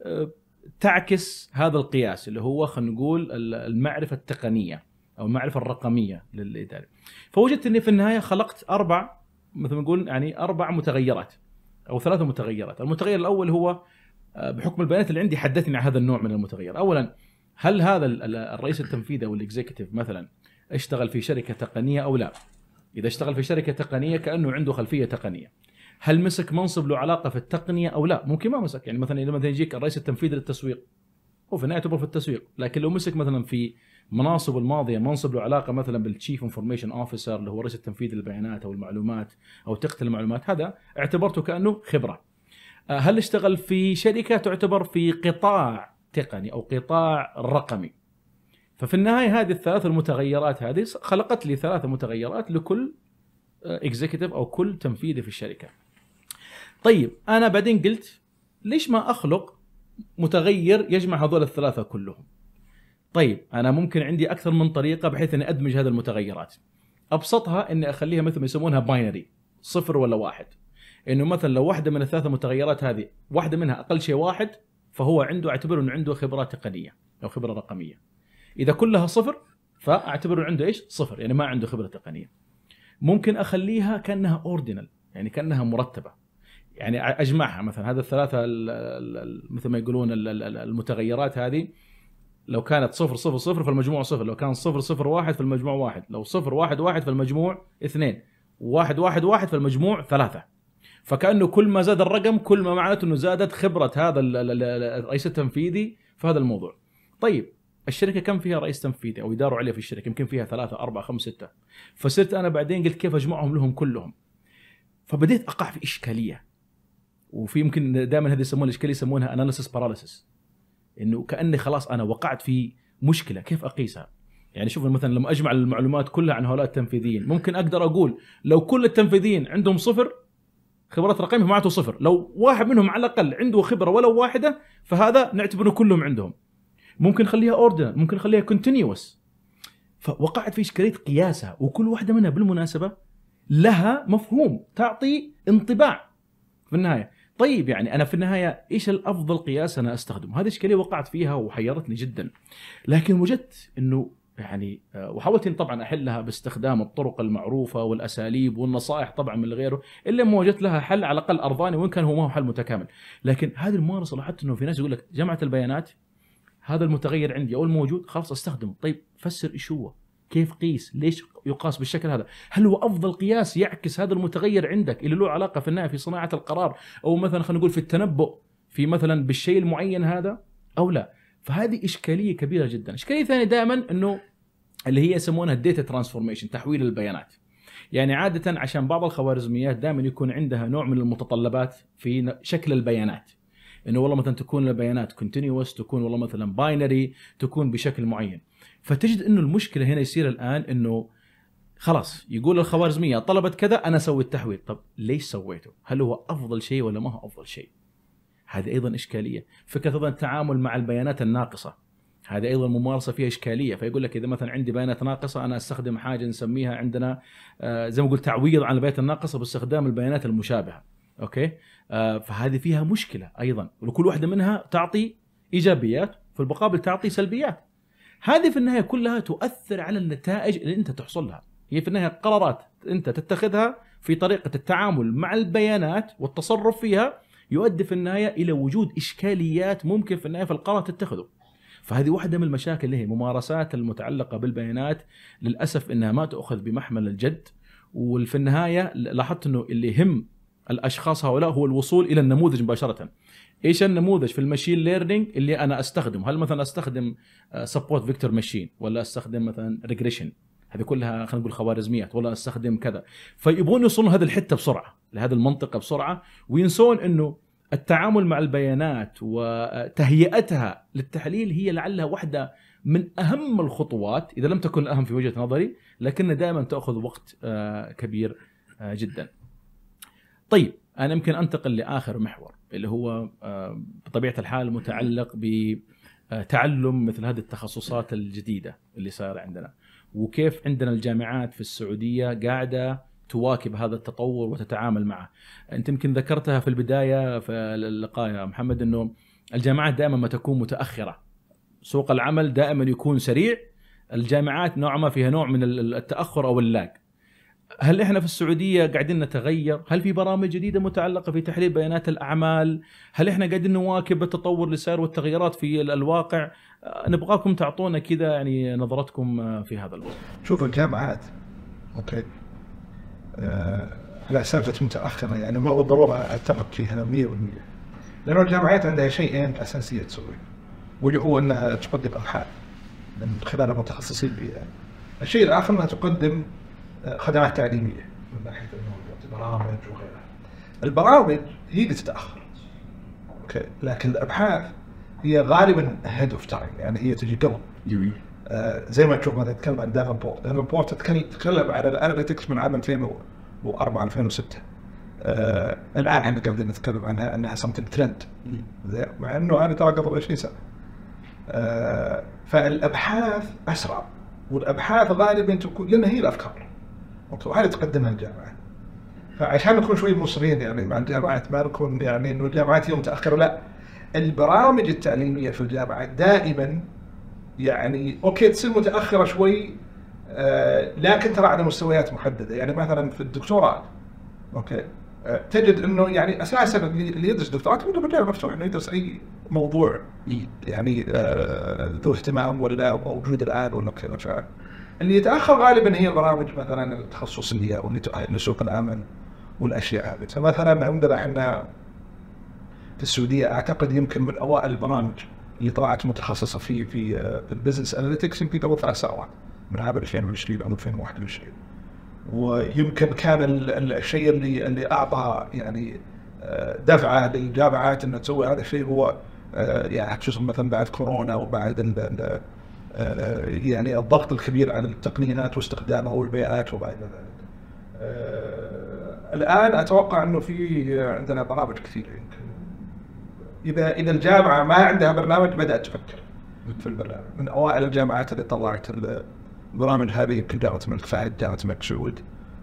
تعكس هذا القياس اللي هو خلينا نقول المعرفة التقنية أو المعرفة الرقمية للإداري. فوجدت أني في النهاية خلقت أربع مثل ما نقول يعني أربع متغيرات. او ثلاثه متغيرات. المتغير الاول هو بحكم البيانات اللي عندي حدثني عن هذا النوع من المتغير. اولا هل هذا الرئيس التنفيذي او الاكزيكتيف مثلا اشتغل في شركه تقنيه او لا؟ اذا اشتغل في شركه تقنيه كانه عنده خلفيه تقنيه. هل مسك منصب له علاقه في التقنيه او لا؟ ممكن ما مسك. يعني مثلا لما يجيك الرئيس التنفيذي للتسويق هو في النهايه يعتبر في التسويق، لكن لو مسك مثلا في مناصب الماضيه منصب له علاقه مثلا بالتشيف انفورميشن اوفيسر اللي هو الرئيس التنفيذي للبيانات او المعلومات او تقنيه المعلومات، هذا اعتبرته كانه خبره. هل اشتغل في شركه تعتبر في قطاع تقني او قطاع رقمي؟ ففي النهايه هذه الثلاث المتغيرات هذه خلقت لي ثلاثه متغيرات لكل اكزيكتيف او كل تنفيذي في الشركه. طيب انا بعدين قلت ليش ما اخلق متغير يجمع هذول الثلاثه كلهم؟ طيب انا ممكن عندي اكثر من طريقه بحيث اني ادمج هذه المتغيرات. ابسطها اني اخليها مثل ما يسمونها باينري، صفر ولا واحد. انه مثلا لو واحده من الثلاثه متغيرات هذه واحده منها اقل شيء واحد، فهو عنده اعتبره انه عنده خبره تقنيه او خبره رقميه. اذا كلها صفر فاعتبره عنده ايش؟ صفر، يعني ما عنده خبره تقنيه. ممكن اخليها كانها اوردينال، يعني كانها مرتبه، يعني اجمعها مثلا هذا الثلاثه مثل ما يقولون المتغيرات هذه لو كانت صفر صفر صفر فالمجموع صفر، لو كان صفر صفر واحد فالمجموع واحد، لو صفر واحد واحد فالمجموع اثنين، واحد واحد واحد فالمجموع ثلاثة. فكأنه كل ما زاد الرقم كل ما معناته أنه زادت خبرة هذا الرئيس التنفيذي في هذا الموضوع. طيب الشركة كم فيها رئيس تنفيذي أو يداروا عليه في الشركة؟ يمكن فيها ثلاثة أربعة خمسة ستة. فصرت أنا بعدين قلت كيف أجمعهم لهم كلهم؟ فبديت أقع في إشكالية، وفي يمكن دائما هذه يسمونها الإشكالية يسمونها أناليسيس باراليسيس، إنه كأني خلاص أنا وقعت في مشكلة كيف أقيسها. يعني شوف مثلا لما أجمع المعلومات كلها عن هؤلاء التنفيذيين ممكن أقدر أقول لو كل التنفيذيين عندهم صفر خبرات رقمية فمعناته صفر، لو واحد منهم على الأقل عنده خبرة ولو واحدة فهذا نعتبره كلهم عندهم. ممكن خليها اوردينال، ممكن خليها كونتينيوس. فوقعت في إشكالية قياسها، وكل واحدة منها بالمناسبة لها مفهوم تعطي انطباع في النهاية. طيب يعني أنا في النهاية إيش الأفضل قياس أنا أستخدم؟ هذه إشكالية وقعت فيها وحيرتني جدا، لكن وجدت إنه يعني وحاولت طبعا أحلها باستخدام الطرق المعروفة والأساليب والنصائح طبعا من غيره، إلا ما وجدت لها حل على الأقل أرضاني، وإن كان هو ما هو حل متكامل. لكن هذه الممارسة لاحظت إنه في ناس يقول لك جمعت البيانات، هذا المتغير عندي أو الموجود خلاص أستخدمه. طيب فسر إيش هو؟ كيف قيس؟ ليش يقاس بالشكل هذا؟ هل هو أفضل قياس يعكس هذا المتغير عندك اللي له علاقة في النهاية في صناعة القرار، أو مثلا خلينا نقول في التنبؤ في مثلا بالشيء المعين هذا أو لا؟ فهذه إشكالية كبيرة جدا. إشكالية ثانية دائما إنه اللي هي يسمونها الداتا ترانسفورميشن، تحويل البيانات. يعني عادة عشان بعض الخوارزميات دائما يكون عندها نوع من المتطلبات في شكل البيانات، انه والله مثلا تكون البيانات كونتينيوس، تكون والله مثلا باينري، تكون بشكل معين. فتجد انه المشكله هنا يصير الان انه خلاص يقول الخوارزميه طلبت كذا انا سويت التحويل. طب ليش سويته؟ هل هو افضل شيء ولا ما هو افضل شيء؟ هذه ايضا اشكاليه. فكره ايضا التعامل مع البيانات الناقصه، هذه ايضا ممارسه فيها اشكاليه. فيقول لك اذا مثلا عندي بيانات ناقصه انا استخدم حاجه نسميها عندنا آه زي ما قلت تعويض عن البيانات الناقصه باستخدام البيانات المشابهه. اوكي آه فهذه فيها مشكله ايضا، وكل واحده منها تعطي ايجابيات في المقابل تعطي سلبيات. هذه في النهايه كلها تؤثر على النتائج اللي انت تحصلها. هي في النهايه قرارات انت تتخذها في طريقه التعامل مع البيانات والتصرف فيها يؤدي في النهايه الى وجود اشكاليات ممكن في النهايه في القرار تتخذه. فهذه واحدة من المشاكل اللي هي ممارسات المتعلقة بالبيانات للأسف إنها ما تأخذ بمحمل الجد. وفي النهاية لاحظت إنه اللي يهم الأشخاص هؤلاء هو الوصول إلى النموذج مباشرة. إيش النموذج في المشين ليرنينج اللي أنا أستخدم؟ هل مثلا أستخدم سبورت فيكتور ماشين، ولا أستخدم مثلا ريجريشن؟ هذه كلها خلينا نقول خوارزميات، ولا أستخدم كذا. فيبغون يوصلون هذه الحتة بسرعة لهذه المنطقة بسرعة، وينسون إنه التعامل مع البيانات وتهيئتها للتحليل هي لعلها واحدة من أهم الخطوات، إذا لم تكن الأهم في وجهة نظري، لكن دائما تأخذ وقت كبير جدا. طيب أنا يمكن أنتقل لآخر محور اللي هو بطبيعة الحال متعلق بتعلم مثل هذه التخصصات الجديدة اللي صار عندنا، وكيف عندنا الجامعات في السعودية قاعدة تواكب هذا التطور وتتعامل معه. أنت يمكن ذكرتها في البداية في اللقاء يا محمد أنه الجامعات دائما ما تكون متأخرة، سوق العمل دائما يكون سريع، الجامعات نوعا ما فيها نوع من التأخر أو اللاج. هل احنا في السعوديه قاعدين نتغير؟ هل في برامج جديده متعلقه في تحليل بيانات الاعمال؟ هل احنا قاعدين نواكب التطور اللي صار والتغيرات في الواقع؟ نبغاكم تعطونا كذا يعني نظرتكم في هذا الموضوع. شوف الجامعات اوكي آه لا سالفه متاخره يعني ما بالضروره اتفق فيها مية بالمية، لانه الجامعات عندها شيئين اساسيه تسوي، واللي هو انها تقدم ابحاث من خلال المتخصصين بها. الشيء الاخر انها تقدم خدمات تعليميه من ناحيه برامج وغيرها. البرامج هي اللي تتاخر اوكي، لكن الابحاث هي غالبا هيد اوف تايم، يعني هي تجي قبل. جميل. آه زي ما تشوف مثلا تتكلم عن دافنبورت، دافنبورت تتكلم عن الاناليتكس من عام ألفين وأربعة ألفين وستة. آه الان احنا قاعدين نتكلم عنها انها something ترند، مع انه انا ترى قبل عشرين سنه. آه فالابحاث اسرع، والابحاث غالبا تكون لان هي الافكار اوكي، وهذه تقدمها الجامعه. فعشان نكون شوي مصريين يعني مع الجامعات، ما نكون يعني انه الجامعات هي متاخره، لا، البرامج التعليميه في الجامعات دائما يعني اوكي تصير متاخره شوي، آه لكن ترى على مستويات محدده. يعني مثلا في الدكتوراه اوكي آه تجد انه يعني اساسا اللي يدرس دكتوراه عنده مجال مفتوح انه يدرس اي موضوع يعني آه ذو اهتمام ولا موجود الان ولا كذا. اللي يتاخر غالبا هي البرامج مثلا التخصصيه واللي تؤهل لسوق العمل والاشياء هذه. فمثلا عندنا احنا في السعوديه اعتقد يمكن من اوائل البرامج اللي طلعت متخصصه في في البزنس اناليتكس يمكن قبل ثلاث سنوات من عام ألفين وعشرين او ألفين وواحد وعشرين، ويمكن كان الشيء اللي اللي اعطى يعني دفعه للجامعات انها تسوي هذا الشيء هو يعني خصوصا مثلا بعد كورونا وبعد ال يعني الضغط الكبير على التقنيات واستخدامها والبيانات وبعد ذلك. الان اتوقع انه في عندنا برامج كثيره، يمكن اذا اذا الجامعه ما عندها برنامج بدات تفكر في البرنامج. من اوائل الجامعات اللي طلعت البرامج هذه يمكن جامعه الملك فهد، جامعه الملك سعود،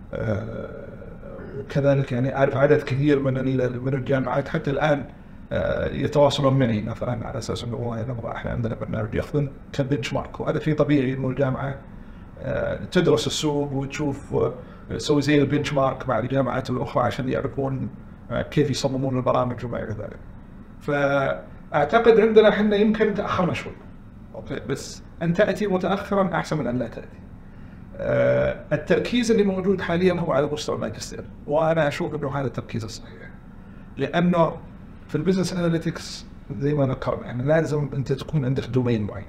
وكذلك يعني اعرف عدد كثير من من الجامعات حتى الان يتواصلون معي مثلا على اساس انه والله نبغى احنا عندنا برنامج ياخذون كبنش مارك. وهذا شيء طبيعي انه الجامعه تدرس السوق وتشوف تسوي زي البنش مارك مع الجامعات الاخرى عشان يعرفون كيف يصممون البرامج وما الى ذلك. فاعتقد عندنا احنا يمكن تاخرنا شوي اوكي، بس ان تاتي متاخرا احسن من ان لا تاتي. التركيز اللي موجود حاليا هو على مستوى الماجستير، وانا اشوف انه هذا التركيز الصحيح، لانه في البزنس اناليتكس زي ما ذكرنا يعني لازم انت تكون عندك دومين معين.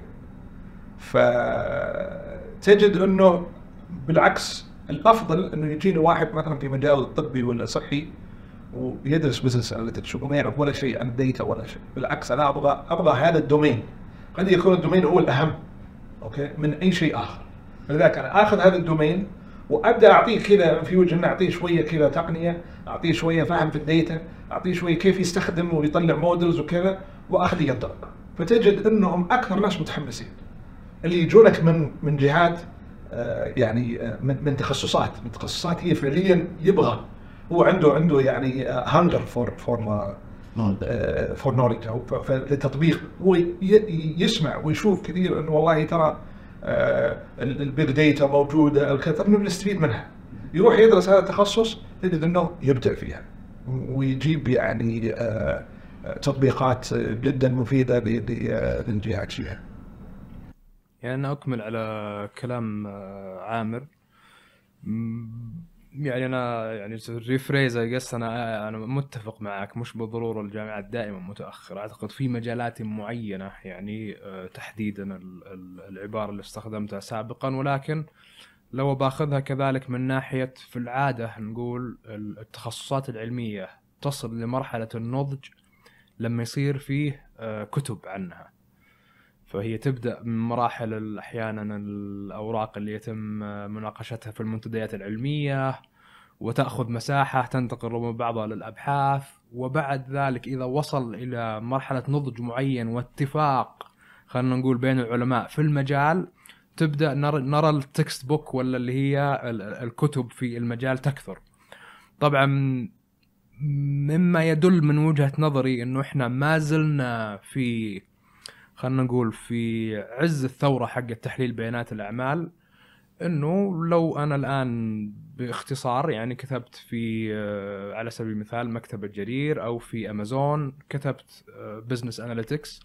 فتجد انه بالعكس الافضل انه يجيني واحد مثلا في مجال الطبي ولا صحي ويدرس بزنس اناليتكس وما يعرف ولا شيء عن الديتا ولا شيء. بالعكس انا ابغى ابغى هذا الدومين، قد يكون الدومين هو الاهم اوكي من اي شيء اخر. لذلك انا اخذ هذا الدومين وابدا اعطيه كذا في وجه، اعطيه شويه كذا تقنيه، اعطيه شويه فهم في الديتا، اعطيه شويه كيف يستخدم ويطلع مودلز وكذا، واخليه ينطلق. فتجد انهم اكثر ناس متحمسين اللي يجونك من من جهات آه يعني آه من من تخصصات من تخصصات هي فعليا يبغى، هو عنده عنده يعني هانجر فور فور فور نوليدج او للتطبيق. هو يسمع ويشوف كثير انه والله ترى آه البيج داتا موجوده الكثير بنستفيد منها، يروح يدرس هذا التخصص تجد انه يبدع فيها ويجيب يعني آه تطبيقات جدا مفيده للجهات فيها. يعني انا اكمل على كلام عامر، يعني انا يعني ريفريز قص انا انا متفق معك، مش بالضروره الجامعات دائما متاخره. اعتقد في مجالات معينه يعني تحديدا العباره اللي استخدمتها سابقا، ولكن لو باخذها كذلك من ناحيه في العاده نقول التخصصات العلميه تصل لمرحله النضج لما يصير فيه كتب عنها. فهي تبدأ من مراحل أحيانا الأوراق اللي يتم مناقشتها في المنتديات العلمية، وتأخذ مساحة تنتقل من بعضها للأبحاث، وبعد ذلك إذا وصل إلى مرحلة نضج معين واتفاق خلنا نقول بين العلماء في المجال، تبدأ نرى, نرى التكست بوك ولا اللي هي الكتب في المجال تكثر. طبعا مما يدل من وجهة نظري أنه إحنا ما زلنا في خلنا نقول في عز الثورة حق تحليل بيانات الأعمال. انه لو انا الان باختصار يعني كتبت في آه، على سبيل المثال مكتبة جرير او في امازون كتبت بزنس اناليتكس،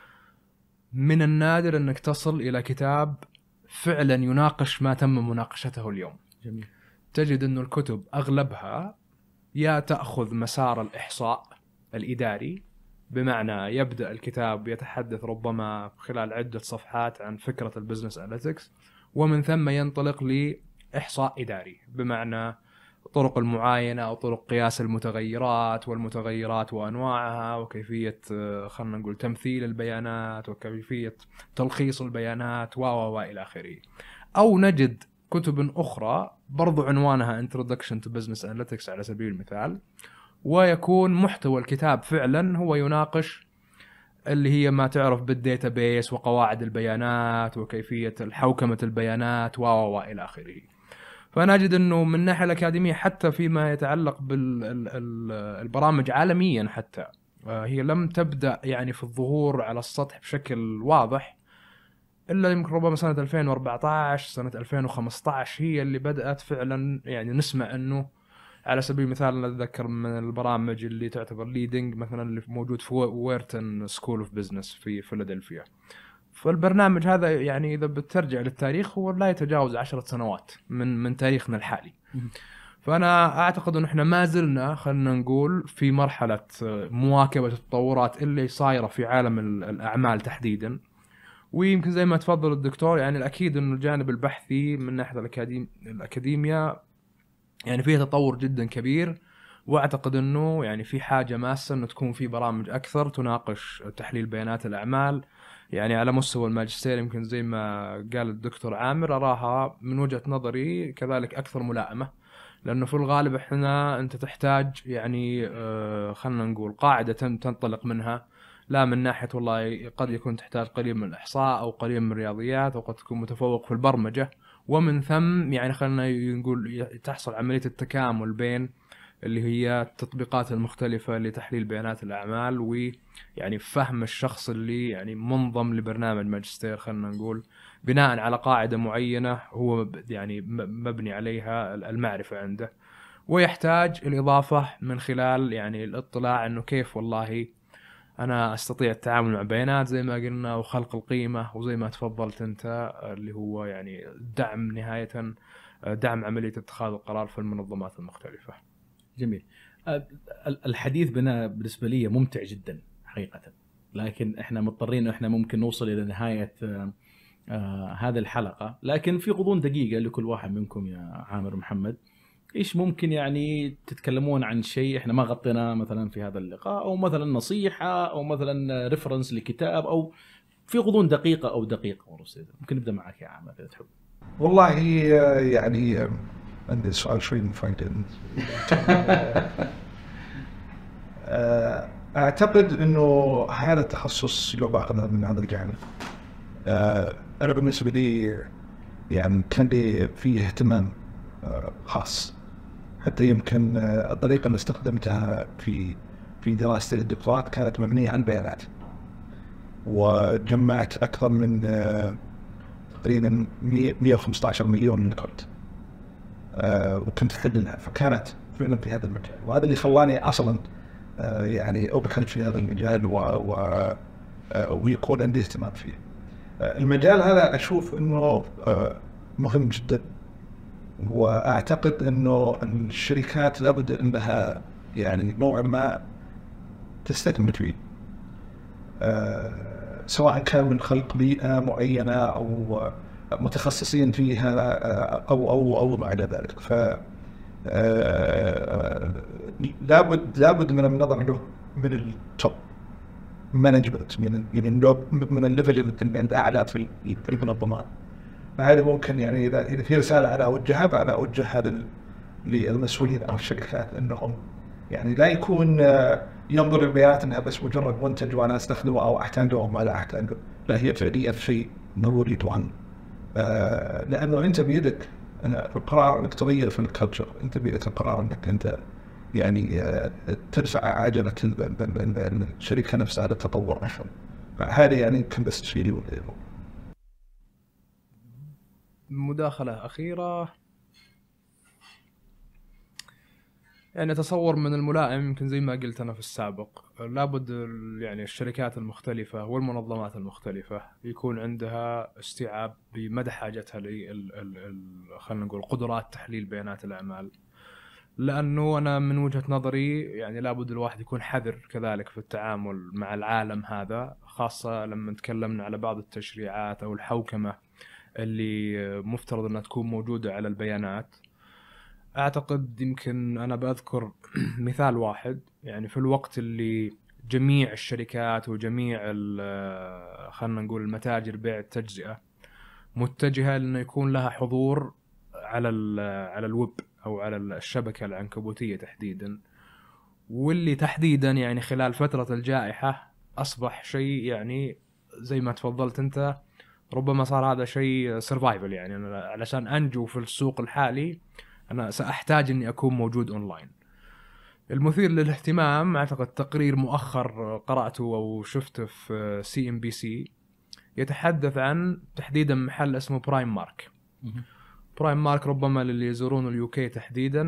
من النادر انك تصل الى كتاب فعلا يناقش ما تم مناقشته اليوم. جميل. تجد انه الكتب اغلبها يا تأخذ مسار الإحصاء الإداري، بمعنى يبدأ الكتاب يتحدث ربما خلال عدة صفحات عن فكرة البزنس أناليتكس، ومن ثم ينطلق لإحصاء إداري، بمعنى طرق المعاينة أو طرق قياس المتغيرات والمتغيرات وأنواعها، وكيفية خلنا نقول تمثيل البيانات، وكيفية تلخيص البيانات و و إلى آخره. أو نجد كتب أخرى برضو عنوانها Introduction to Business Analytics على سبيل المثال، ويكون محتوى الكتاب فعلا هو يناقش اللي هي ما تعرف بالديتابيس وقواعد البيانات وكيفية الحوكمة البيانات و و إلى آخره. فأنا أجد أنه من الناحية الأكاديمية حتى فيما يتعلق بالبرامج عالميا حتى هي لم تبدأ يعني في الظهور على السطح بشكل واضح إلا يمكن ربما سنة ألفين وأربعة عشر سنة ألفين وخمسة عشر هي اللي بدأت فعلا يعني نسمع أنه على سبيل المثال نتذكر من البرامج اللي تعتبر ليدنج مثلا اللي موجود في ويرتن سكول اوف بزنس في فيلادلفيا. فالبرنامج هذا يعني إذا بترجع للتاريخ هو لا يتجاوز عشرة سنوات من من تاريخنا الحالي. فأنا أعتقد أنه إحنا ما زلنا خلنا نقول في مرحلة مواكبة التطورات اللي صايرة في عالم الأعمال تحديدا. ويمكن زي ما تفضل الدكتور يعني الأكيد أنه الجانب البحثي من ناحية الأكاديم الأكاديمية يعني فيه تطور جدا كبير، واعتقد انه يعني في حاجه ماسه انه تكون في برامج اكثر تناقش تحليل بيانات الاعمال يعني على مستوى الماجستير. يمكن زي ما قال الدكتور عامر اراها من وجهه نظري كذلك اكثر ملائمه، لانه في الغالب احنا انت تحتاج يعني آه خلينا نقول قاعده تنطلق منها، لا من ناحيه والله قد يكون تحتاج قليل من الاحصاء او قليل من الرياضيات او قد تكون متفوق في البرمجه، ومن ثم يعني خلنا نقول تحصل عملية التكامل بين اللي هي التطبيقات المختلفة لتحليل بيانات الأعمال ويعني فهم الشخص اللي يعني منظم لبرنامج ماجستير خلنا نقول بناء على قاعدة معينة هو يعني مبني عليها المعرفة عنده، ويحتاج الإضافة من خلال يعني الاطلاع أنه كيف والله أنا أستطيع التعامل مع بيانات زي ما قلنا وخلق القيمة، وزي ما تفضلت أنت اللي هو يعني دعم نهاية دعم عملية اتخاذ القرار في المنظمات المختلفة. جميل. الحديث بنا بالنسبة لي ممتع جدا حقيقة، لكن إحنا مضطرين إحنا ممكن نوصل إلى نهاية هذه الحلقة، لكن في غضون دقيقة لكل واحد منكم يا عامر محمد، إيش ممكن يعني تتكلمون عن شيء إحنا ما غطيناه مثلا في هذا اللقاء، أو مثلا نصيحة أو مثلا ريفرنس لكتاب، أو في غضون دقيقة أو دقيقة ونص. ممكن نبدأ معك يا عامر إذا تحب. والله يعني عندي سؤال شوي مفاجئ. أعتقد إنه هذا التخصص لو باخذه من هذا الجانب أنا بالنسبة لي يعني كان لي فيه اهتمام خاص، حتى يمكن الطريقة اللي استخدمتها في في دراسة الدكتوراه كانت مبنية عن بيانات، وجمعت أكثر من تقريبا مئة وخمسة عشر مليون نقد وكنت أحللها، فكانت فعلا في هذا المجال، وهذا اللي خلاني أصلا يعني أبحث في هذا المجال و... و... ويكون عندي اهتمام فيه. المجال هذا أشوف إنه مهم جدا، وأعتقد إنه الشركات لابد أنها يعني نوعا ما تستثمر فيه، سواء كان من خلق بيئة معينة أو متخصصين فيها أو أو أو ما إلى ذلك. ف لابد لابد من النظر له من التوب مانجمنت، من من من الليفل اللي عند أعلى في المنظمات. فهذا ممكن يعني إذا إذا في رسالة أنا أوجهها فأنا أوجه هذا للمسؤولين أو الشركات، أنهم يعني لا يكون ينظر البيانات أنها بس مجرد منتج وأنا أستخدمه أو أحتاجه أو ما لا أحتاجه، لا هي فعليا شيء ضروري طبعا، آه لأنه أنت بيدك أنا في القرار أنك تغير في الكالتشر، أنت بيدك القرار أنك أنت يعني آه تدفع عجلة الشركة نفسها للتطور. فهذا يعني يمكن بس شيء. مداخلة أخيرة. يعني أتصور من الملائم يمكن زي ما قلت أنا في السابق، لابد يعني الشركات المختلفة والمنظمات المختلفة يكون عندها استيعاب بمدى حاجتها ل خلينا نقول قدرات تحليل بيانات الأعمال، لأنه أنا من وجهة نظري يعني لابد الواحد يكون حذر كذلك في التعامل مع العالم هذا، خاصة لما تكلمنا على بعض التشريعات أو الحوكمة اللي مفترض أنها تكون موجودة على البيانات. أعتقد يمكن أنا بذكر مثال واحد، يعني في الوقت اللي جميع الشركات وجميع خلنا نقول المتاجر بيع التجزئة متجهة لأنه يكون لها حضور على على الويب أو على الشبكة العنكبوتية تحديدا، واللي تحديدا يعني خلال فترة الجائحة أصبح شيء يعني زي ما تفضلت أنت، ربما صار هذا شيء سيرفايفل، يعني أنا علشان أنجو في السوق الحالي أنا سأحتاج أني أكون موجود أونلاين. المثير للاهتمام أعتقد تقرير مؤخر قرأته أو شفته في سي إم بي سي يتحدث عن تحديدا محل اسمه برايم مارك. برايم مارك ربما للي يزورون اليوكي تحديدا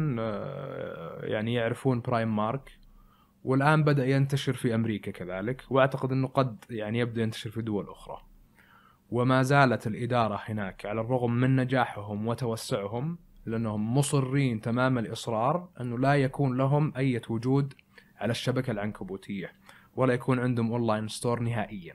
يعني يعرفون برايم مارك، والآن بدأ ينتشر في أمريكا كذلك، وأعتقد أنه قد يعني يبدأ ينتشر في دول أخرى. وما زالت الإدارة هناك على الرغم من نجاحهم وتوسعهم لأنهم مصرين تمام الإصرار أنه لا يكون لهم أي وجود على الشبكة العنكبوتية ولا يكون عندهم أونلاين ستور نهائيا.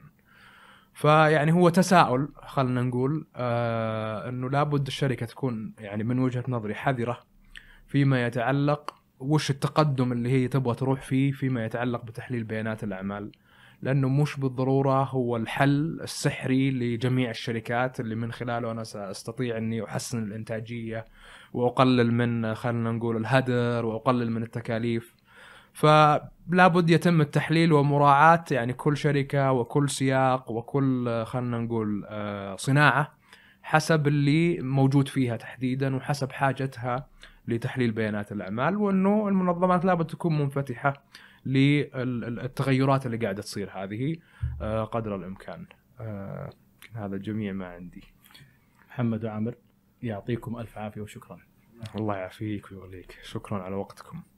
فيعني هو تساؤل خلنا نقول آه أنه لابد الشركة تكون يعني من وجهة نظري حذرة فيما يتعلق وش التقدم اللي هي تبغى تروح فيه فيما يتعلق بتحليل بيانات الأعمال، لأنه مش بالضرورة هو الحل السحري لجميع الشركات اللي من خلاله أنا سأستطيع أني أحسن الإنتاجية وأقلل من خلنا نقول الهدر وأقلل من التكاليف. فلا بد يتم التحليل ومراعاة يعني كل شركة وكل سياق وكل خلنا نقول صناعة حسب اللي موجود فيها تحديدا وحسب حاجتها لتحليل بيانات الأعمال، وأنه المنظمات لابد تكون منفتحة للتغيرات اللي قاعدة تصير هذه قدر الإمكان. هذا الجميع ما عندي. محمد وعامر يعطيكم ألف عافية وشكرا. الله يعافيك ويغليك، شكرا على وقتكم.